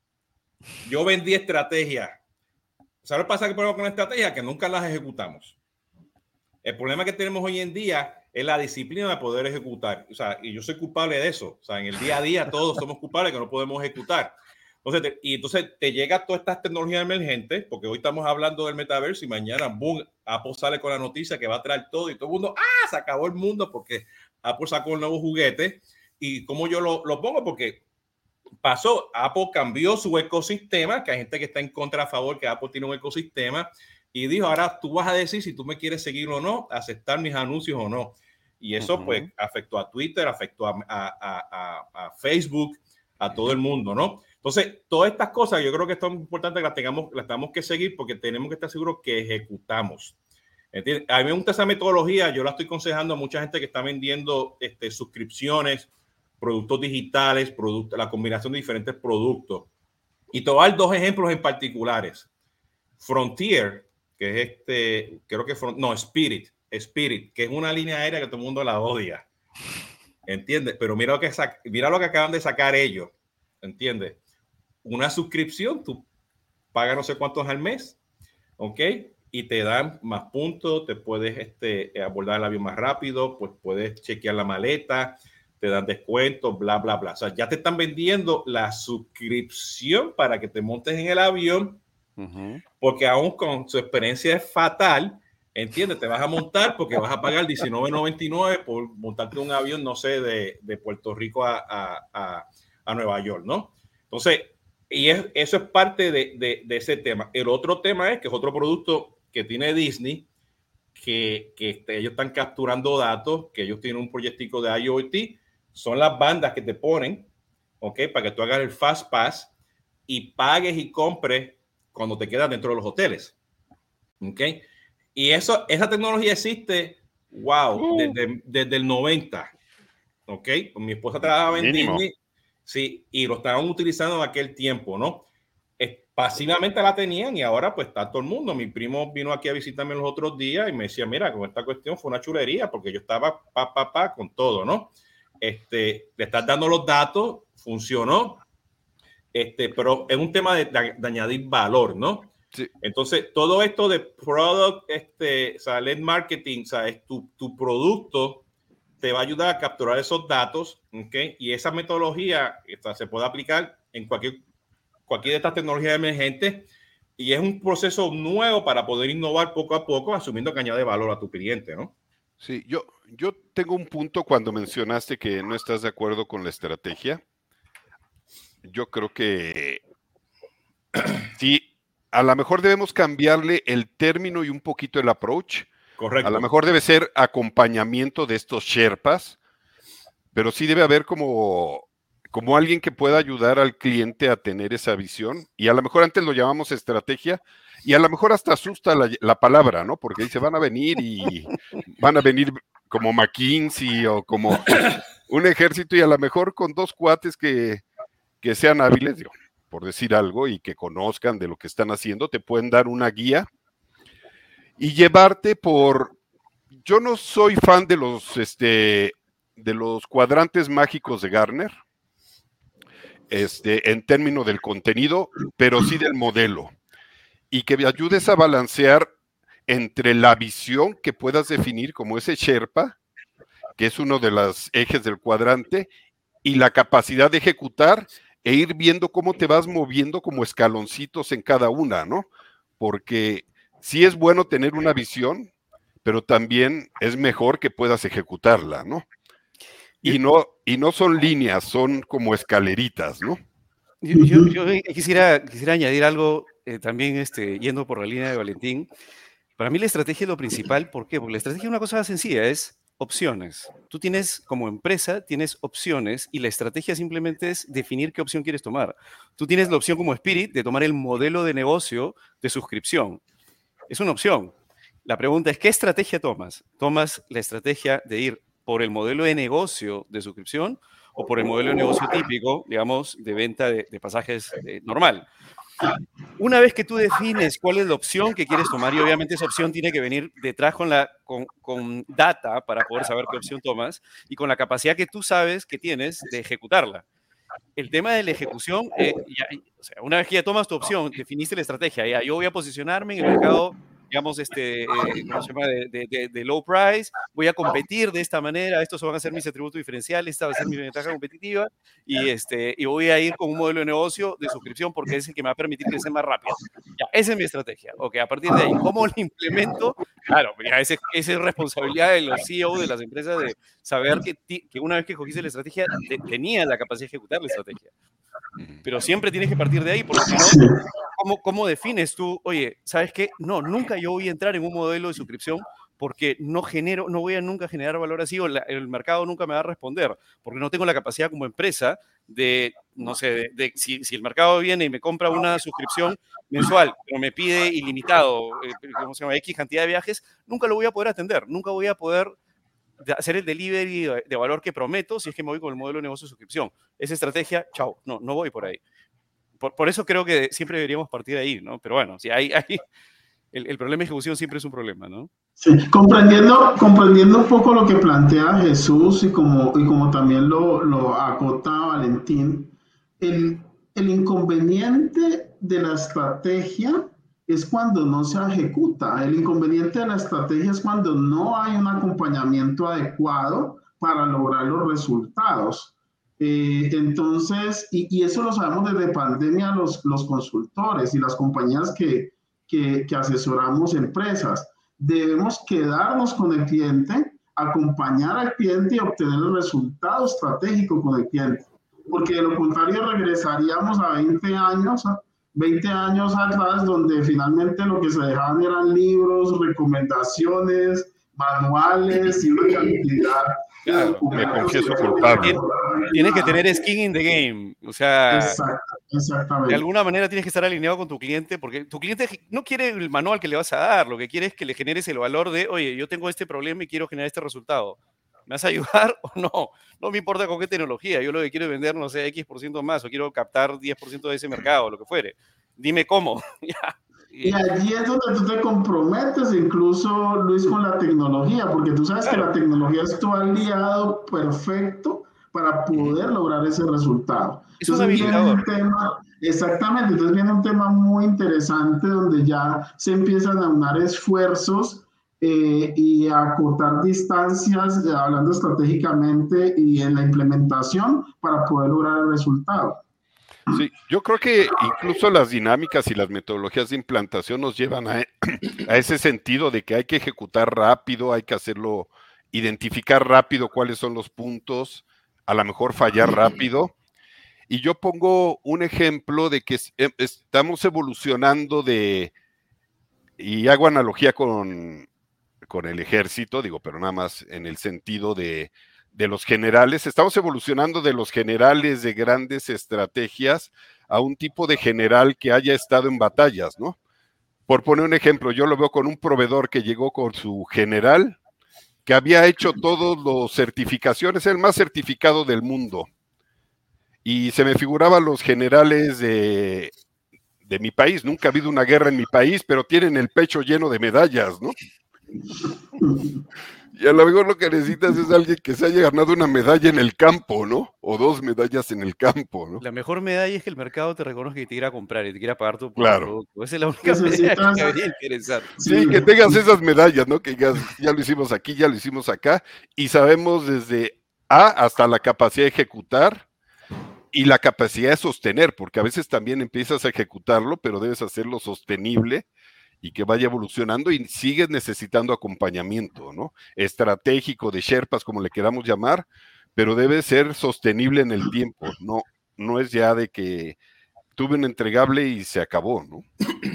Yo vendí estrategias. ¿Sabes lo que pasa que con la estrategia? Que nunca las ejecutamos. El problema que tenemos hoy en día es la disciplina de poder ejecutar. O sea, y yo soy culpable de eso. O sea, en el día a día todos somos culpables que no podemos ejecutar. Entonces, te, y entonces te llega todas estas tecnologías emergentes, porque hoy estamos hablando del metaverso y mañana, boom, Apple sale con la noticia que va a traer todo y todo el mundo, ¡ah! Se acabó el mundo porque Apple sacó un nuevo juguete. ¿Y cómo yo lo, lo pongo? Porque pasó, Apple cambió su ecosistema, que hay gente que está en contra, a favor, que Apple tiene un ecosistema, y dijo, ahora tú vas a decir si tú me quieres seguir o no, aceptar mis anuncios o no. Y eso uh-huh. pues afectó a Twitter, afectó a, a, a, a Facebook, a todo el mundo, ¿no? Entonces, todas estas cosas yo creo que es importante que las tengamos, las tenemos que seguir, porque tenemos que estar seguros que ejecutamos. ¿Entiendes? A mí me gusta esa metodología, yo la estoy aconsejando a mucha gente que está vendiendo este, suscripciones, productos digitales, productos, la combinación de diferentes productos. Y te voy a dar dos ejemplos en particulares. Frontier, que es este, creo que, no, Spirit, Spirit, que es una línea aérea que todo el mundo la odia. ¿Entiendes? Pero mira lo que, mira lo que acaban de sacar ellos. ¿Entiendes? Una suscripción, tú pagas no sé cuántos al mes, ¿ok? Y te dan más puntos, te puedes este, abordar el avión más rápido, pues puedes chequear la maleta, te dan descuentos, bla, bla, bla. O sea, ya te están vendiendo la suscripción para que te montes en el avión, uh-huh. porque aún con su experiencia es fatal, ¿entiendes? Te vas a montar porque vas a pagar diecinueve noventa y nueve por montarte un avión, no sé, de, de Puerto Rico a, a, a, a Nueva York, ¿no? Entonces, y es, eso es parte de, de, de ese tema. El otro tema es que es otro producto que tiene Disney, que, que este, ellos están capturando datos, que ellos tienen un proyectico de I O T, son las bandas que te ponen, ¿ok? Para que tú hagas el Fast Pass y pagues y compres cuando te quedas dentro de los hoteles, ¿ok? Y eso, esa tecnología existe, wow, desde, desde el noventa, ¿ok? Mi esposa trabajaba en Mínimo. Disney, sí, y lo estaban utilizando en aquel tiempo, ¿no? Pasivamente la tenían y ahora pues está todo el mundo. Mi primo vino aquí a visitarme los otros días y me decía, mira, con esta cuestión fue una chulería porque yo estaba pa, pa, pa, con todo, ¿no? Este, le estás dando los datos, funcionó, este, pero es un tema de, de, de añadir valor, ¿no? Sí. Entonces, todo esto de product, este, o sea, lead marketing, o sea, es tu, tu producto te va a ayudar a capturar esos datos, ¿ok? Y esa metodología esta, se puede aplicar en cualquier cualquier de estas tecnologías emergentes, y es un proceso nuevo para poder innovar poco a poco, asumiendo que añade valor a tu cliente, ¿no? Sí, yo, yo tengo un punto cuando mencionaste que no estás de acuerdo con la estrategia. Yo creo que sí, a lo mejor debemos cambiarle el término y un poquito el approach. Correcto. A lo mejor debe ser acompañamiento de estos Sherpas, pero sí debe haber como... como alguien que pueda ayudar al cliente a tener esa visión, y a lo mejor antes lo llamamos estrategia, y a lo mejor hasta asusta la, la palabra, ¿no? Porque dice, van a venir y van a venir como McKinsey o como un ejército, y a lo mejor con dos cuates que, que sean hábiles, digo, por decir algo, y que conozcan de lo que están haciendo, te pueden dar una guía y llevarte por... Yo no soy fan de los, este, de los cuadrantes mágicos de Gartner, Este, en términos del contenido, pero sí del modelo, y que me ayudes a balancear entre la visión que puedas definir como ese Sherpa, que es uno de los ejes del cuadrante, y la capacidad de ejecutar e ir viendo cómo te vas moviendo como escaloncitos en cada una, ¿no? Porque sí es bueno tener una visión, pero también es mejor que puedas ejecutarla, ¿no? y no, y no son líneas, son como escaleritas, ¿no? Yo, yo, yo quisiera, quisiera añadir algo eh, también este, yendo por la línea de Valentín. Para mí la estrategia es lo principal. ¿Por qué? Porque la estrategia es una cosa sencilla, es opciones. Tú tienes, como empresa, tienes opciones y la estrategia simplemente es definir qué opción quieres tomar. Tú tienes la opción como Spirit de tomar el modelo de negocio de suscripción. Es una opción. La pregunta es, ¿qué estrategia tomas? ¿Tomas la estrategia de ir por el modelo de negocio de suscripción o por el modelo de negocio típico, digamos, de venta de, de pasajes eh, normal? Una vez que tú defines cuál es la opción que quieres tomar, y obviamente esa opción tiene que venir detrás con, la, con, con data para poder saber qué opción tomas y con la capacidad que tú sabes que tienes de ejecutarla. El tema de la ejecución, eh, ya, o sea, una vez que ya tomas tu opción, definiste la estrategia, ya, yo voy a posicionarme en el mercado, digamos, este, eh, ¿cómo se llama? De, de, de, de low price, voy a competir de esta manera, estos van a ser mis atributos diferenciales, esta va a ser mi ventaja competitiva, y, este, y voy a ir con un modelo de negocio de suscripción porque es el que me va a permitir crecer más rápido. Ya, esa es mi estrategia. Ok, a partir de ahí, ¿cómo lo implemento? Claro, ya esa es responsabilidad de los C E O de las empresas de saber que, que una vez que cogiste la estrategia, te, tenía la capacidad de ejecutar la estrategia. Pero siempre tienes que partir de ahí, porque si no, ¿cómo, ¿cómo defines tú? Oye, ¿sabes qué? No, nunca yo voy a entrar en un modelo de suscripción porque no genero, no voy a nunca generar valor así o la, el mercado nunca me va a responder, porque no tengo la capacidad como empresa de, no sé, de, de, si, si el mercado viene y me compra una suscripción mensual, pero me pide ilimitado, eh, ¿cómo se llama? X cantidad de viajes, nunca lo voy a poder atender, nunca voy a poder de hacer el delivery de valor que prometo si es que me voy con el modelo de negocio de suscripción. Esa estrategia, chao, no, no voy por ahí. Por, por eso creo que siempre deberíamos partir de ahí, ¿no? Pero bueno, si hay, hay el, el problema de ejecución siempre es un problema, ¿no? Sí, comprendiendo, comprendiendo un poco lo que plantea Jesús y como, y como también lo, lo acota Valentín, el, el inconveniente de la estrategia es cuando no se ejecuta. El inconveniente de la estrategia es cuando no hay un acompañamiento adecuado para lograr los resultados. Eh, entonces, y, y eso lo sabemos desde pandemia los, los consultores y las compañías que, que, que asesoramos empresas. Debemos quedarnos con el cliente, acompañar al cliente y obtener el resultado estratégico con el cliente. Porque de lo contrario regresaríamos a veinte años, veinte años atrás, donde finalmente lo que se dejaban eran libros, recomendaciones, manuales y una cantidad. Claro, me confieso culpable. Tienes que tener skin in the game, o sea, Exacto, exactamente. De alguna manera tienes que estar alineado con tu cliente, porque tu cliente no quiere el manual que le vas a dar, lo que quiere es que le generes el valor de, oye, yo tengo este problema y quiero generar este resultado. ¿Me vas a ayudar o no? No me importa con qué tecnología, yo lo que quiero es vender, no sé, X por ciento más, o quiero captar diez por ciento de ese mercado, lo que fuere. Dime cómo. Y allí es donde tú te comprometes incluso, Luis, con la tecnología, porque tú sabes claro. que la tecnología es tu aliado perfecto para poder lograr ese resultado. Es un habilitador. Un tema, exactamente, entonces viene un tema muy interesante donde ya se empiezan a unar esfuerzos eh, y a acortar distancias, eh, hablando estratégicamente y en la implementación para poder lograr el resultado. Sí, yo creo que incluso las dinámicas y las metodologías de implantación nos llevan a, a ese sentido de que hay que ejecutar rápido, hay que hacerlo, identificar rápido cuáles son los puntos, a lo mejor fallar rápido. Y yo pongo un ejemplo de que estamos evolucionando de, y hago analogía con, con el ejército, digo, pero nada más en el sentido de de los generales, estamos evolucionando de los generales de grandes estrategias a un tipo de general que haya estado en batallas, ¿no? Por poner un ejemplo, yo lo veo con un proveedor que llegó con su general, que había hecho todas las certificaciones, el más certificado del mundo, y se me figuraban los generales de, de mi país, nunca ha habido una guerra en mi país, pero tienen el pecho lleno de medallas, ¿no? Y a lo mejor lo que necesitas es alguien que se haya ganado una medalla en el campo, ¿no? O dos medallas en el campo, ¿no? La mejor medalla es que el mercado te reconozca y te quiera comprar y te quiera pagar tu claro. producto. Esa es la única medalla que debería interesar. Sí, que tengas esas medallas, ¿no? Que digas, ya lo hicimos aquí, ya lo hicimos acá, y sabemos desde A hasta la capacidad de ejecutar y la capacidad de sostener, porque a veces también empiezas a ejecutarlo, pero debes hacerlo sostenible y que vaya evolucionando y sigues necesitando acompañamiento, ¿no? Estratégico, de Sherpas, como le queramos llamar, pero debe ser sostenible en el tiempo, no, no es ya de que tuve un entregable y se acabó, ¿no?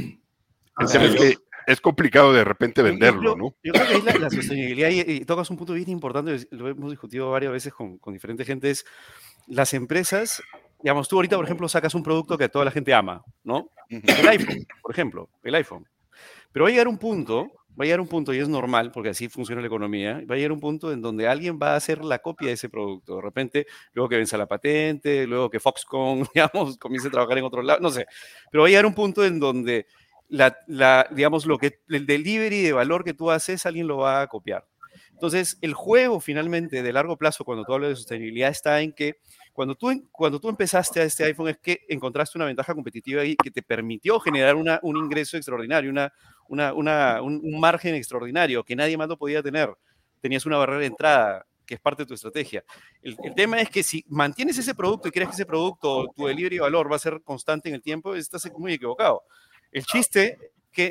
El tema es que es complicado de repente venderlo, yo creo, ¿no? Yo creo que ahí la, la sostenibilidad, y, y tocas un punto bien importante, lo hemos discutido varias veces con, con diferentes gentes, las empresas, digamos, tú ahorita, por ejemplo, sacas un producto que toda la gente ama, ¿no? El iPhone, por ejemplo, el iPhone. Pero va a llegar un punto, va a llegar un punto, y es normal, porque así funciona la economía, va a llegar un punto en donde alguien va a hacer la copia de ese producto. De repente, luego que venza la patente, luego que Foxconn, digamos, comience a trabajar en otro lado, no sé. Pero va a llegar un punto en donde, la, la, digamos, lo que, el delivery de valor que tú haces, alguien lo va a copiar. Entonces, el juego finalmente de largo plazo, cuando tú hablas de sostenibilidad, está en que cuando tú, cuando tú empezaste a este iPhone es que encontraste una ventaja competitiva y que te permitió generar una, un ingreso extraordinario, una, una, una, un, un margen extraordinario que nadie más lo podía tener. Tenías una barrera de entrada que es parte de tu estrategia. El, el tema es que si mantienes ese producto y crees que ese producto, tu delivery de valor va a ser constante en el tiempo, estás muy equivocado. El chiste es que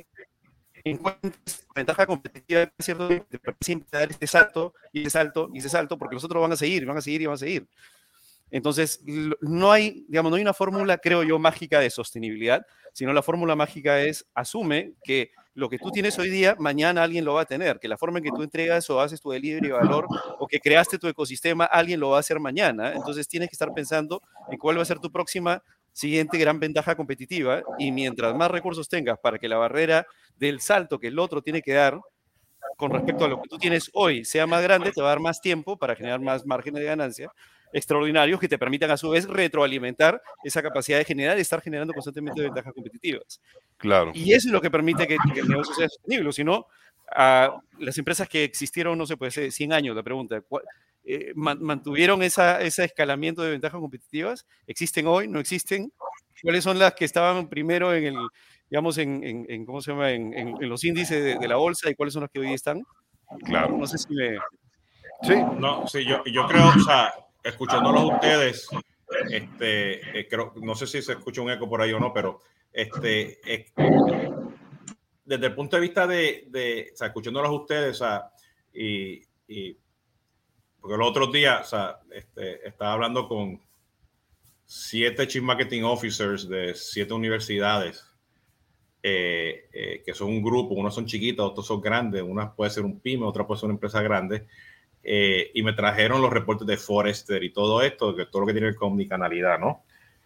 encuentres ventaja competitiva, ¿cierto? Te permite siempre dar este salto y ese salto y ese salto, porque los otros van a seguir, van a seguir y van a seguir. Entonces, no hay, digamos, no hay una fórmula, creo yo, mágica de sostenibilidad, sino la fórmula mágica es, asume que lo que tú tienes hoy día, mañana alguien lo va a tener, que la forma en que tú entregas o haces tu delivery de valor o que creaste tu ecosistema, alguien lo va a hacer mañana. Entonces, tienes que estar pensando en cuál va a ser tu próxima siguiente gran ventaja competitiva, y mientras más recursos tengas para que la barrera del salto que el otro tiene que dar con respecto a lo que tú tienes hoy sea más grande, te va a dar más tiempo para generar más márgenes de ganancia extraordinarios que te permitan a su vez retroalimentar esa capacidad de generar y estar generando constantemente ventajas competitivas. Claro. Y eso es lo que permite que, que el negocio sea sostenible. Si no, uh, las empresas que existieron, no sé, pues cien años, la pregunta, eh, ¿mantuvieron esa, ese escalamiento de ventajas competitivas? ¿Existen hoy? ¿No existen? ¿Cuáles son las que estaban primero en el, digamos, en, en, en ¿cómo se llama? En, en, en los índices de, de la bolsa, y cuáles son las que hoy están? Claro. No sé si me... Sí. No, sí, yo, yo creo, o sea, escuchándolos ustedes, este, eh, creo, no sé si se escucha un eco por ahí o no, pero este, eh, desde el punto de vista de, de o sea, escuchándolos ustedes, o sea, y, y porque los otros días, o sea, este, estaba hablando con siete Chief Marketing Officers de siete universidades, eh, eh, que son un grupo, unos son chiquitos, otros son grandes, una puede ser un pyme, otra puede ser una empresa grande, eh, y me trajeron los reportes de Forrester y todo esto, que todo lo que tiene que ver con omnicanalidad, ¿no?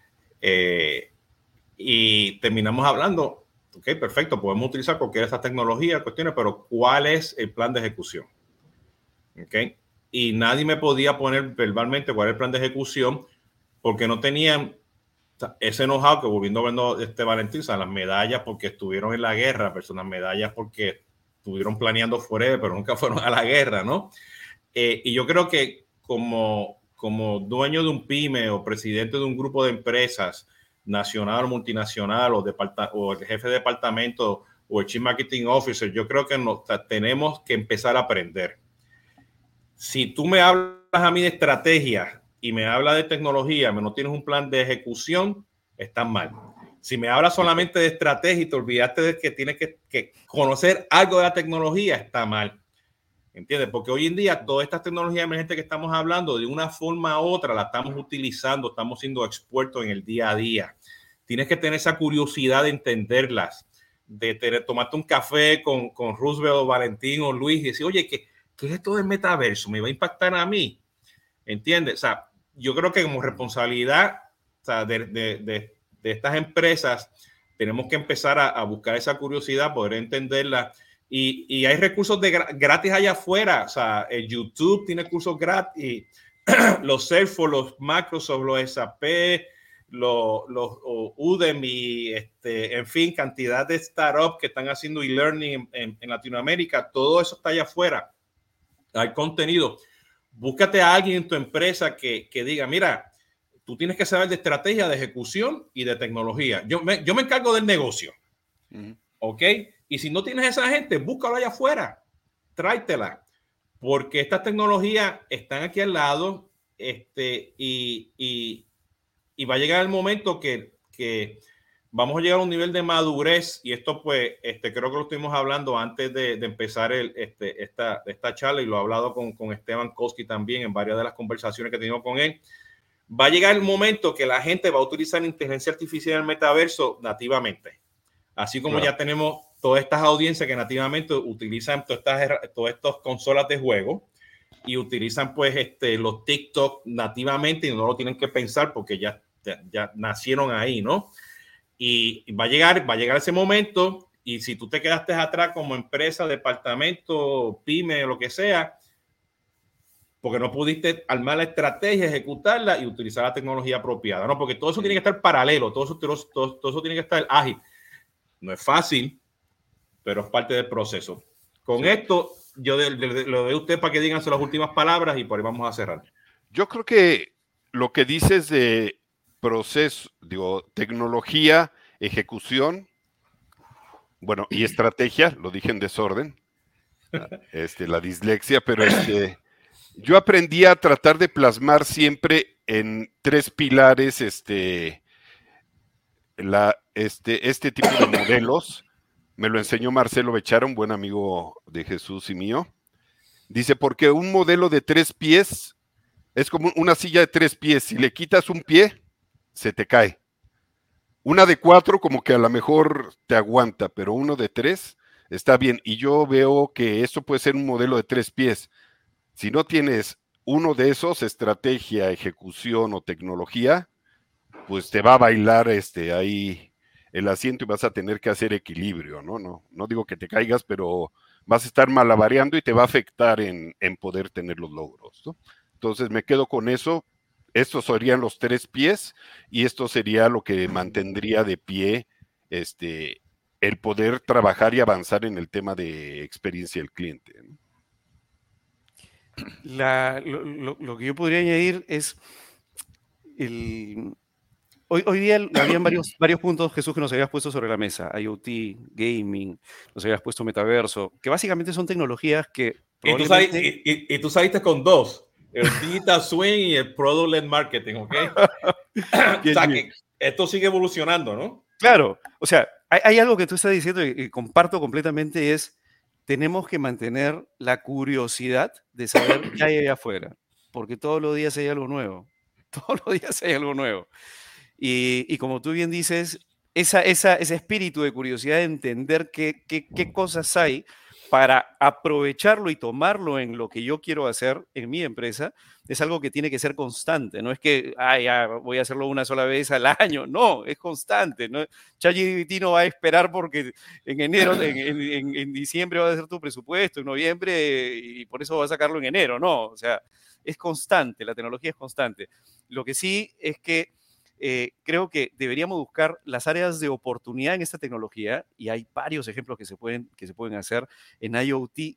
Eh, y terminamos hablando, ok, perfecto, podemos utilizar cualquiera de estas tecnologías, cuestiones, pero ¿cuál es el plan de ejecución? Ok, y nadie me podía poner verbalmente cuál es el plan de ejecución, porque no tenían ese know-how, que volviendo a ver este Valentín, o sea, las medallas porque estuvieron en la guerra, personas medallas porque estuvieron planeando forever, pero nunca fueron a la guerra, ¿no? Eh, y yo creo que como, como dueño de un pyme o presidente de un grupo de empresas nacional o multinacional o, o el jefe de departamento o el Chief Marketing Officer, yo creo que nos, tenemos que empezar a aprender. Si tú me hablas a mí de estrategia y me hablas de tecnología, pero no tienes un plan de ejecución, estás mal. Si me hablas solamente de estrategia y te olvidaste de que tienes que, que conocer algo de la tecnología, está mal. ¿Entiendes? Porque hoy en día todas estas tecnologías emergentes que estamos hablando, de una forma u otra, la estamos utilizando, estamos siendo expuestos en el día a día. Tienes que tener esa curiosidad de entenderlas, de tener, tomarte un café con, con Roosevelt o Valentín o Luis y decir, oye, ¿qué, ¿qué es esto del metaverso? ¿Me va a impactar a mí? ¿Entiendes? O sea, yo creo que como responsabilidad, o sea, de, de, de, de estas empresas, tenemos que empezar a, a buscar esa curiosidad, poder entenderla. Y, y hay recursos de gratis allá afuera. O sea, el YouTube tiene cursos gratis. Los Salesforce, los Microsoft, los S A P, los, los Udemy, este, en fin, cantidad de startups que están haciendo e-learning en, en, en Latinoamérica. Todo eso está allá afuera. Hay contenido. Búscate a alguien en tu empresa que, que diga, mira, tú tienes que saber de estrategia, de ejecución y de tecnología. Yo me, yo me encargo del negocio. Uh-huh. ¿Ok? Y si no tienes esa gente, búscala allá afuera. Tráetela. Porque estas tecnologías están aquí al lado, este, y, y, y va a llegar el momento que, que vamos a llegar a un nivel de madurez, y esto pues este, creo que lo estuvimos hablando antes de, de empezar el, este, esta, esta charla, y lo he hablado con, con Esteban Koski también en varias de las conversaciones que he tenido con él. Va a llegar el momento que la gente va a utilizar inteligencia artificial en el metaverso nativamente. Así como claro. ya tenemos todas estas audiencias que nativamente utilizan todas estas, todas estas consolas de juego y utilizan pues este, los TikTok nativamente y no lo tienen que pensar porque ya, ya, ya nacieron ahí, ¿no? Y va a llegar, va a llegar ese momento, y si tú te quedaste atrás como empresa, departamento, pyme o lo que sea, porque no pudiste armar la estrategia, ejecutarla y utilizar la tecnología apropiada, ¿no? Porque todo eso tiene que estar paralelo, todo eso, todo, todo, todo eso tiene que estar ágil. No es fácil, pero es parte del proceso. Con sí. esto, yo de, de, de, lo doy a usted para que digan las últimas palabras y por ahí vamos a cerrar. Yo creo que lo que dices de proceso, digo, tecnología, ejecución, bueno, y estrategia, lo dije en desorden, este, la dislexia, pero este, yo aprendí a tratar de plasmar siempre en tres pilares este, la, este, este tipo de modelos. Me lo enseñó Marcelo Bechara, un buen amigo de Jesús y mío. Dice, porque un modelo de tres pies es como una silla de tres pies. Si le quitas un pie, se te cae. Una de cuatro como que a lo mejor te aguanta, pero uno de tres está bien. Y yo veo que eso puede ser un modelo de tres pies. Si no tienes uno de esos, estrategia, ejecución o tecnología, pues te va a bailar este, ahí el asiento y vas a tener que hacer equilibrio, ¿no? No, no digo que te caigas, pero vas a estar malabareando y te va a afectar en, en poder tener los logros, ¿no? Entonces me quedo con eso. Estos serían los tres pies y esto sería lo que mantendría de pie este, el poder trabajar y avanzar en el tema de experiencia del cliente, ¿no? La, lo, lo, lo que yo podría añadir es el, hoy, hoy día habían varios, varios puntos, Jesús, que nos habías puesto sobre la mesa: IoT, gaming, nos habías puesto metaverso, que básicamente son tecnologías que probablemente... y, tú saliste, y, y, y tú saliste con dos: el Digital Swing y el Product-Led Marketing, ¿ok? O sea, que esto sigue evolucionando, ¿no? Claro, o sea, hay, hay algo que tú estás diciendo y, y comparto completamente, es tenemos que mantener la curiosidad de saber qué hay allá afuera, porque todos los días hay algo nuevo, todos los días hay algo nuevo. Y, y como tú bien dices, esa, esa, ese espíritu de curiosidad de entender qué, qué, qué cosas hay para aprovecharlo y tomarlo en lo que yo quiero hacer en mi empresa, es algo que tiene que ser constante. No es que ah, ya, voy a hacerlo una sola vez al año. No, es constante, ¿no? ChatGPT no va a esperar porque en enero, en, en, en diciembre va a hacer tu presupuesto, en noviembre, y por eso va a sacarlo en enero. No, o sea, es constante, la tecnología es constante. Lo que sí es que Eh, creo que deberíamos buscar las áreas de oportunidad en esta tecnología, y hay varios ejemplos que se pueden, que se pueden hacer en IoT. Eh,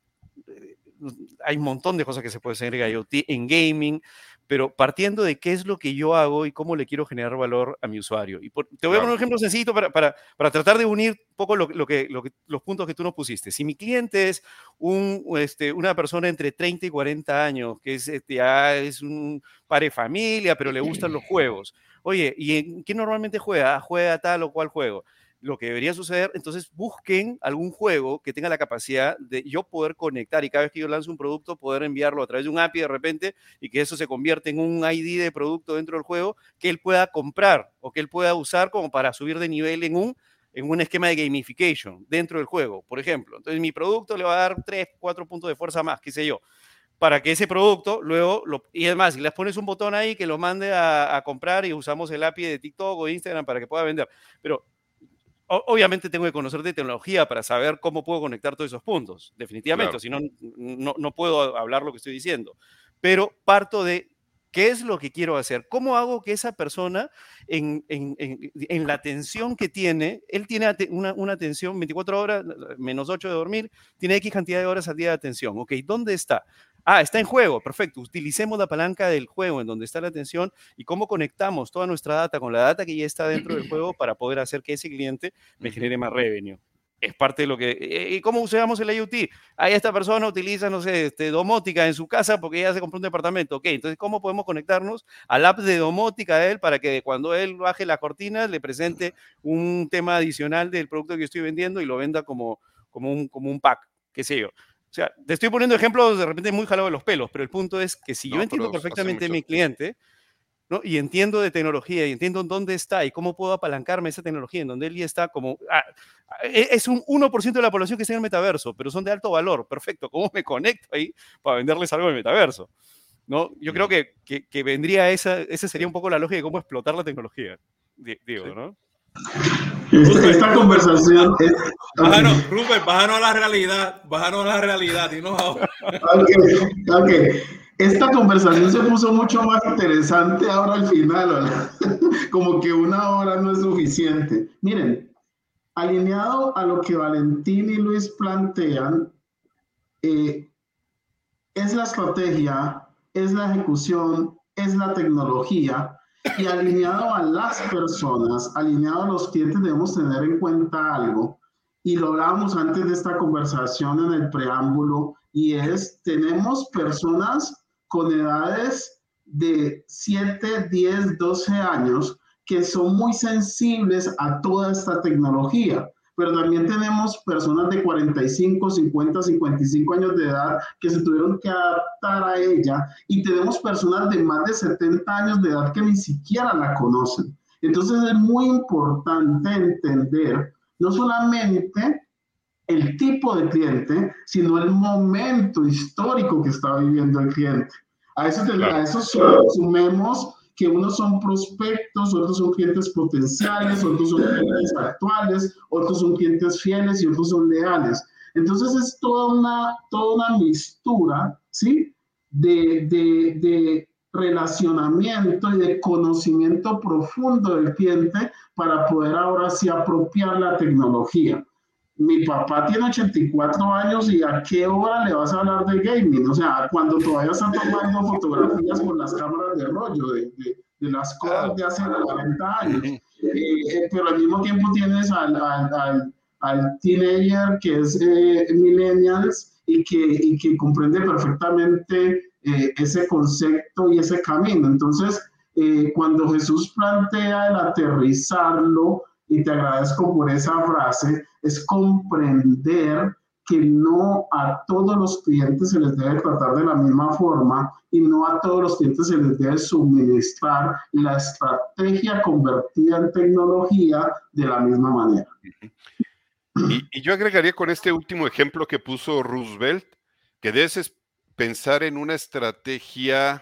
hay un montón de cosas que se pueden hacer en IoT, en gaming, pero partiendo de qué es lo que yo hago y cómo le quiero generar valor a mi usuario. Y por, te voy claro. a poner un ejemplo sencillo para, para, para tratar de unir un poco lo, lo que, lo que, los puntos que tú nos pusiste. Si mi cliente es un, este, una persona entre treinta y cuarenta años, que es, este, ya es un padre de familia, pero le gustan los juegos. Oye, ¿y en qué normalmente juega? Ah, juega tal o cual juego. Lo que debería suceder, entonces busquen algún juego que tenga la capacidad de yo poder conectar y cada vez que yo lanzo un producto poder enviarlo a través de un A P I de repente y que eso se convierta en un I D de producto dentro del juego que él pueda comprar o que él pueda usar como para subir de nivel en un, en un esquema de gamification dentro del juego, por ejemplo. Entonces mi producto le va a dar tres, cuatro puntos de fuerza más, qué sé yo, para que ese producto luego, lo, y además, si les pones un botón ahí que lo mande a, a comprar y usamos el A P I de TikTok o Instagram para que pueda vender. Pero o, obviamente tengo que conocer de tecnología para saber cómo puedo conectar todos esos puntos, definitivamente, claro. Si no, no, no puedo hablar lo que estoy diciendo. Pero parto de qué es lo que quiero hacer, cómo hago que esa persona, en, en, en, en la atención que tiene, él tiene una, una atención veinticuatro horas, menos ocho de dormir, tiene X cantidad de horas al día de atención. Ok, ¿dónde está? Ah, está en juego, perfecto. Utilicemos la palanca del juego en donde está la atención y cómo conectamos toda nuestra data con la data que ya está dentro del juego para poder hacer que ese cliente me genere más revenue. es parte de lo que... ¿Y cómo usamos el IoT? Ahí esta persona utiliza, no sé, este, domótica en su casa porque ya se compró un departamento. Ok, entonces, ¿cómo podemos conectarnos al app de domótica de él para que cuando él baje las cortinas le presente un tema adicional del producto que yo estoy vendiendo y lo venda como, como, un, como un pack, qué sé yo? O sea, te estoy poniendo ejemplos de repente muy jalado de los pelos, pero el punto es que si No, yo entiendo pero perfectamente a mucho... mi cliente, ¿no? Y entiendo de tecnología y entiendo dónde está y cómo puedo apalancarme esa tecnología en donde él ya está como... Ah, es un uno por ciento de la población que está en el metaverso, pero son de alto valor. Perfecto. ¿Cómo me conecto ahí para venderles algo del metaverso? ¿No? Yo creo que, que, que vendría esa... Esa sería un poco la lógica de cómo explotar la tecnología. Digo, sí. ¿no? Esta, esta conversación es... Bájanos, Rupert, bájanos a la realidad, bájanos a la realidad, dinos ahora. Okay, okay. Esta conversación se puso mucho más interesante ahora al final, ¿verdad? Como que una hora no es suficiente. Miren, alineado a lo que Valentín y Luis plantean, eh, es la estrategia, es la ejecución, es la tecnología, y alineado a las personas, alineado a los clientes, debemos tener en cuenta algo, y lo hablábamos antes de esta conversación en el preámbulo, y es, tenemos personas con edades de siete, diez, doce años que son muy sensibles a toda esta tecnología, pero también tenemos personas de cuarenta y cinco, cincuenta, cincuenta y cinco años de edad que se tuvieron que adaptar a ella, y tenemos personas de más de setenta años de edad que ni siquiera la conocen. Entonces es muy importante entender no solamente el tipo de cliente, sino el momento histórico que está viviendo el cliente. A eso, te, claro. a eso sumemos que unos son prospectos, otros son clientes potenciales, otros son clientes actuales, otros son clientes fieles y otros son leales. Entonces es toda una, toda una mistura, ¿sí? De, de, de relacionamiento y de conocimiento profundo del cliente para poder ahora sí apropiar la tecnología. Mi papá tiene ochenta y cuatro años y ¿a qué hora le vas a hablar de gaming? O sea, cuando todavía están tomando fotografías con las cámaras de rollo de, de, de las cosas de hace cuarenta años. Eh, eh, pero al mismo tiempo tienes al, al, al, al teenager que es eh, millennials y que, y que comprende perfectamente eh, ese concepto y ese camino. Entonces, eh, cuando Jesús plantea el aterrizarlo, y te agradezco por esa frase, es comprender que no a todos los clientes se les debe tratar de la misma forma y no a todos los clientes se les debe suministrar la estrategia convertida en tecnología de la misma manera. Y, y yo agregaría con este último ejemplo que puso Roosevelt, que debes pensar en una estrategia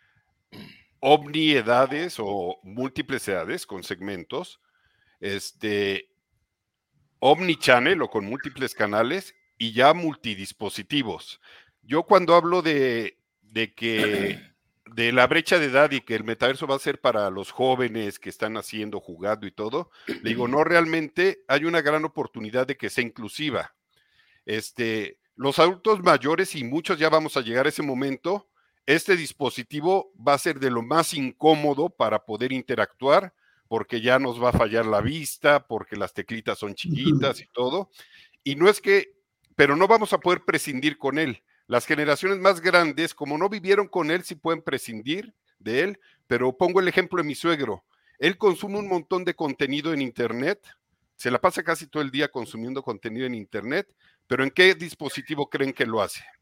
omniedades o múltiples edades con segmentos, este, omnichannel o con múltiples canales y ya multidispositivos. Yo cuando hablo de, de que de la brecha de edad y que el metaverso va a ser para los jóvenes que están haciendo, jugando y todo, le digo, no, realmente hay una gran oportunidad de que sea inclusiva. Este, los adultos mayores, y muchos ya vamos a llegar a ese momento, este dispositivo va a ser de lo más incómodo para poder interactuar, porque ya nos va a fallar la vista, porque las teclitas son chiquitas y todo, y no es que, pero no vamos a poder prescindir con él. Las generaciones más grandes, como no vivieron con él, sí pueden prescindir de él, pero pongo el ejemplo de mi suegro. Él consume un montón de contenido en internet, se la pasa casi todo el día consumiendo contenido en internet, pero ¿en qué dispositivo creen que lo hace?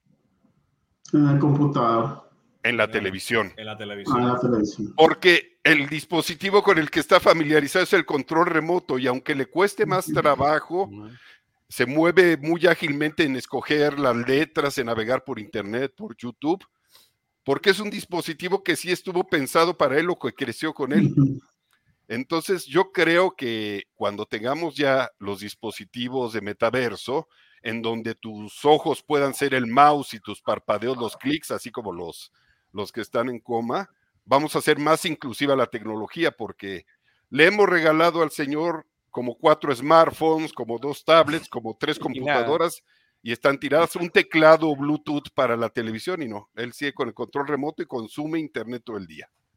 En el computador. En la televisión. En la televisión. Ah, en la televisión. Porque el dispositivo con el que está familiarizado es el control remoto, y aunque le cueste más trabajo, se mueve muy ágilmente en escoger las letras, en navegar por internet, por YouTube, porque es un dispositivo que sí estuvo pensado para él o que creció con él. Entonces yo creo que cuando tengamos ya los dispositivos de metaverso, en donde tus ojos puedan ser el mouse y tus parpadeos los clics, así como los, los que están en coma, vamos a hacer más inclusiva la tecnología, porque le hemos regalado al señor como cuatro smartphones, como dos tablets, como tres computadoras, y están tiradas, un teclado Bluetooth para la televisión, y no, él sigue con el control remoto y consume internet todo el día.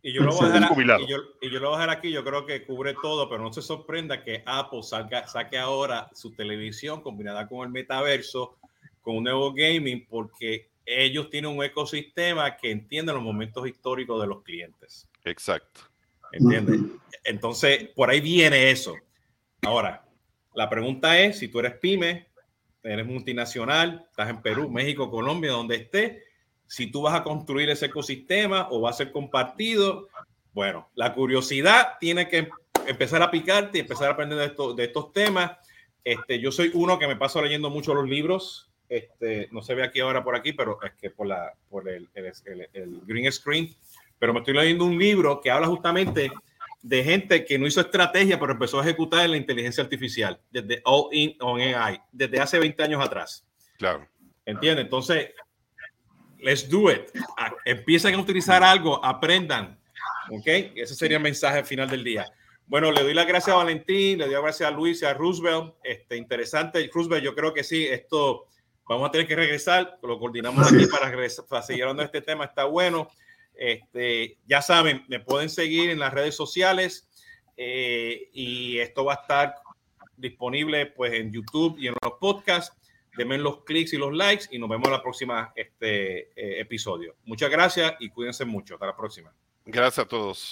Y yo, lo voy a dejar, y, yo, y yo lo voy a dejar aquí, yo creo que cubre todo, pero no se sorprenda que Apple salga, saque ahora su televisión combinada con el metaverso, con un nuevo gaming, porque ellos tienen un ecosistema que entiende los momentos históricos de los clientes. Exacto. ¿Entiendes? Entonces, por ahí viene eso. Ahora, la pregunta es, si tú eres pyme, eres multinacional, estás en Perú, México, Colombia, donde estés, si tú vas a construir ese ecosistema o va a ser compartido, bueno, la curiosidad tiene que empezar a picarte y empezar a aprender de, esto, de estos temas. Este, yo soy uno que me paso leyendo mucho los libros. Este, no se ve aquí ahora por aquí, pero es que por, la, por el, el, el, el green screen. Pero me estoy leyendo un libro que habla justamente de gente que no hizo estrategia, pero empezó a ejecutar en la inteligencia artificial desde All In on A I, desde hace veinte años atrás. Claro. ¿Entiendes? Entonces, let's do it. Empiecen a utilizar algo, aprendan. ¿Ok? Ese sería el mensaje al final del día. Bueno, le doy las gracias a Valentín, le doy las gracias a Luis y a Roosevelt. Este, interesante. Roosevelt, yo creo que sí, esto vamos a tener que regresar. Lo coordinamos aquí para, regresar, para seguir hablando de este tema. Está bueno. Este, ya saben, me pueden seguir en las redes sociales eh, y esto va a estar disponible pues en YouTube y en los podcasts. Denme los clics y los likes y nos vemos en la próxima este, eh, episodio. Muchas gracias y cuídense mucho. Hasta la próxima. Gracias a todos.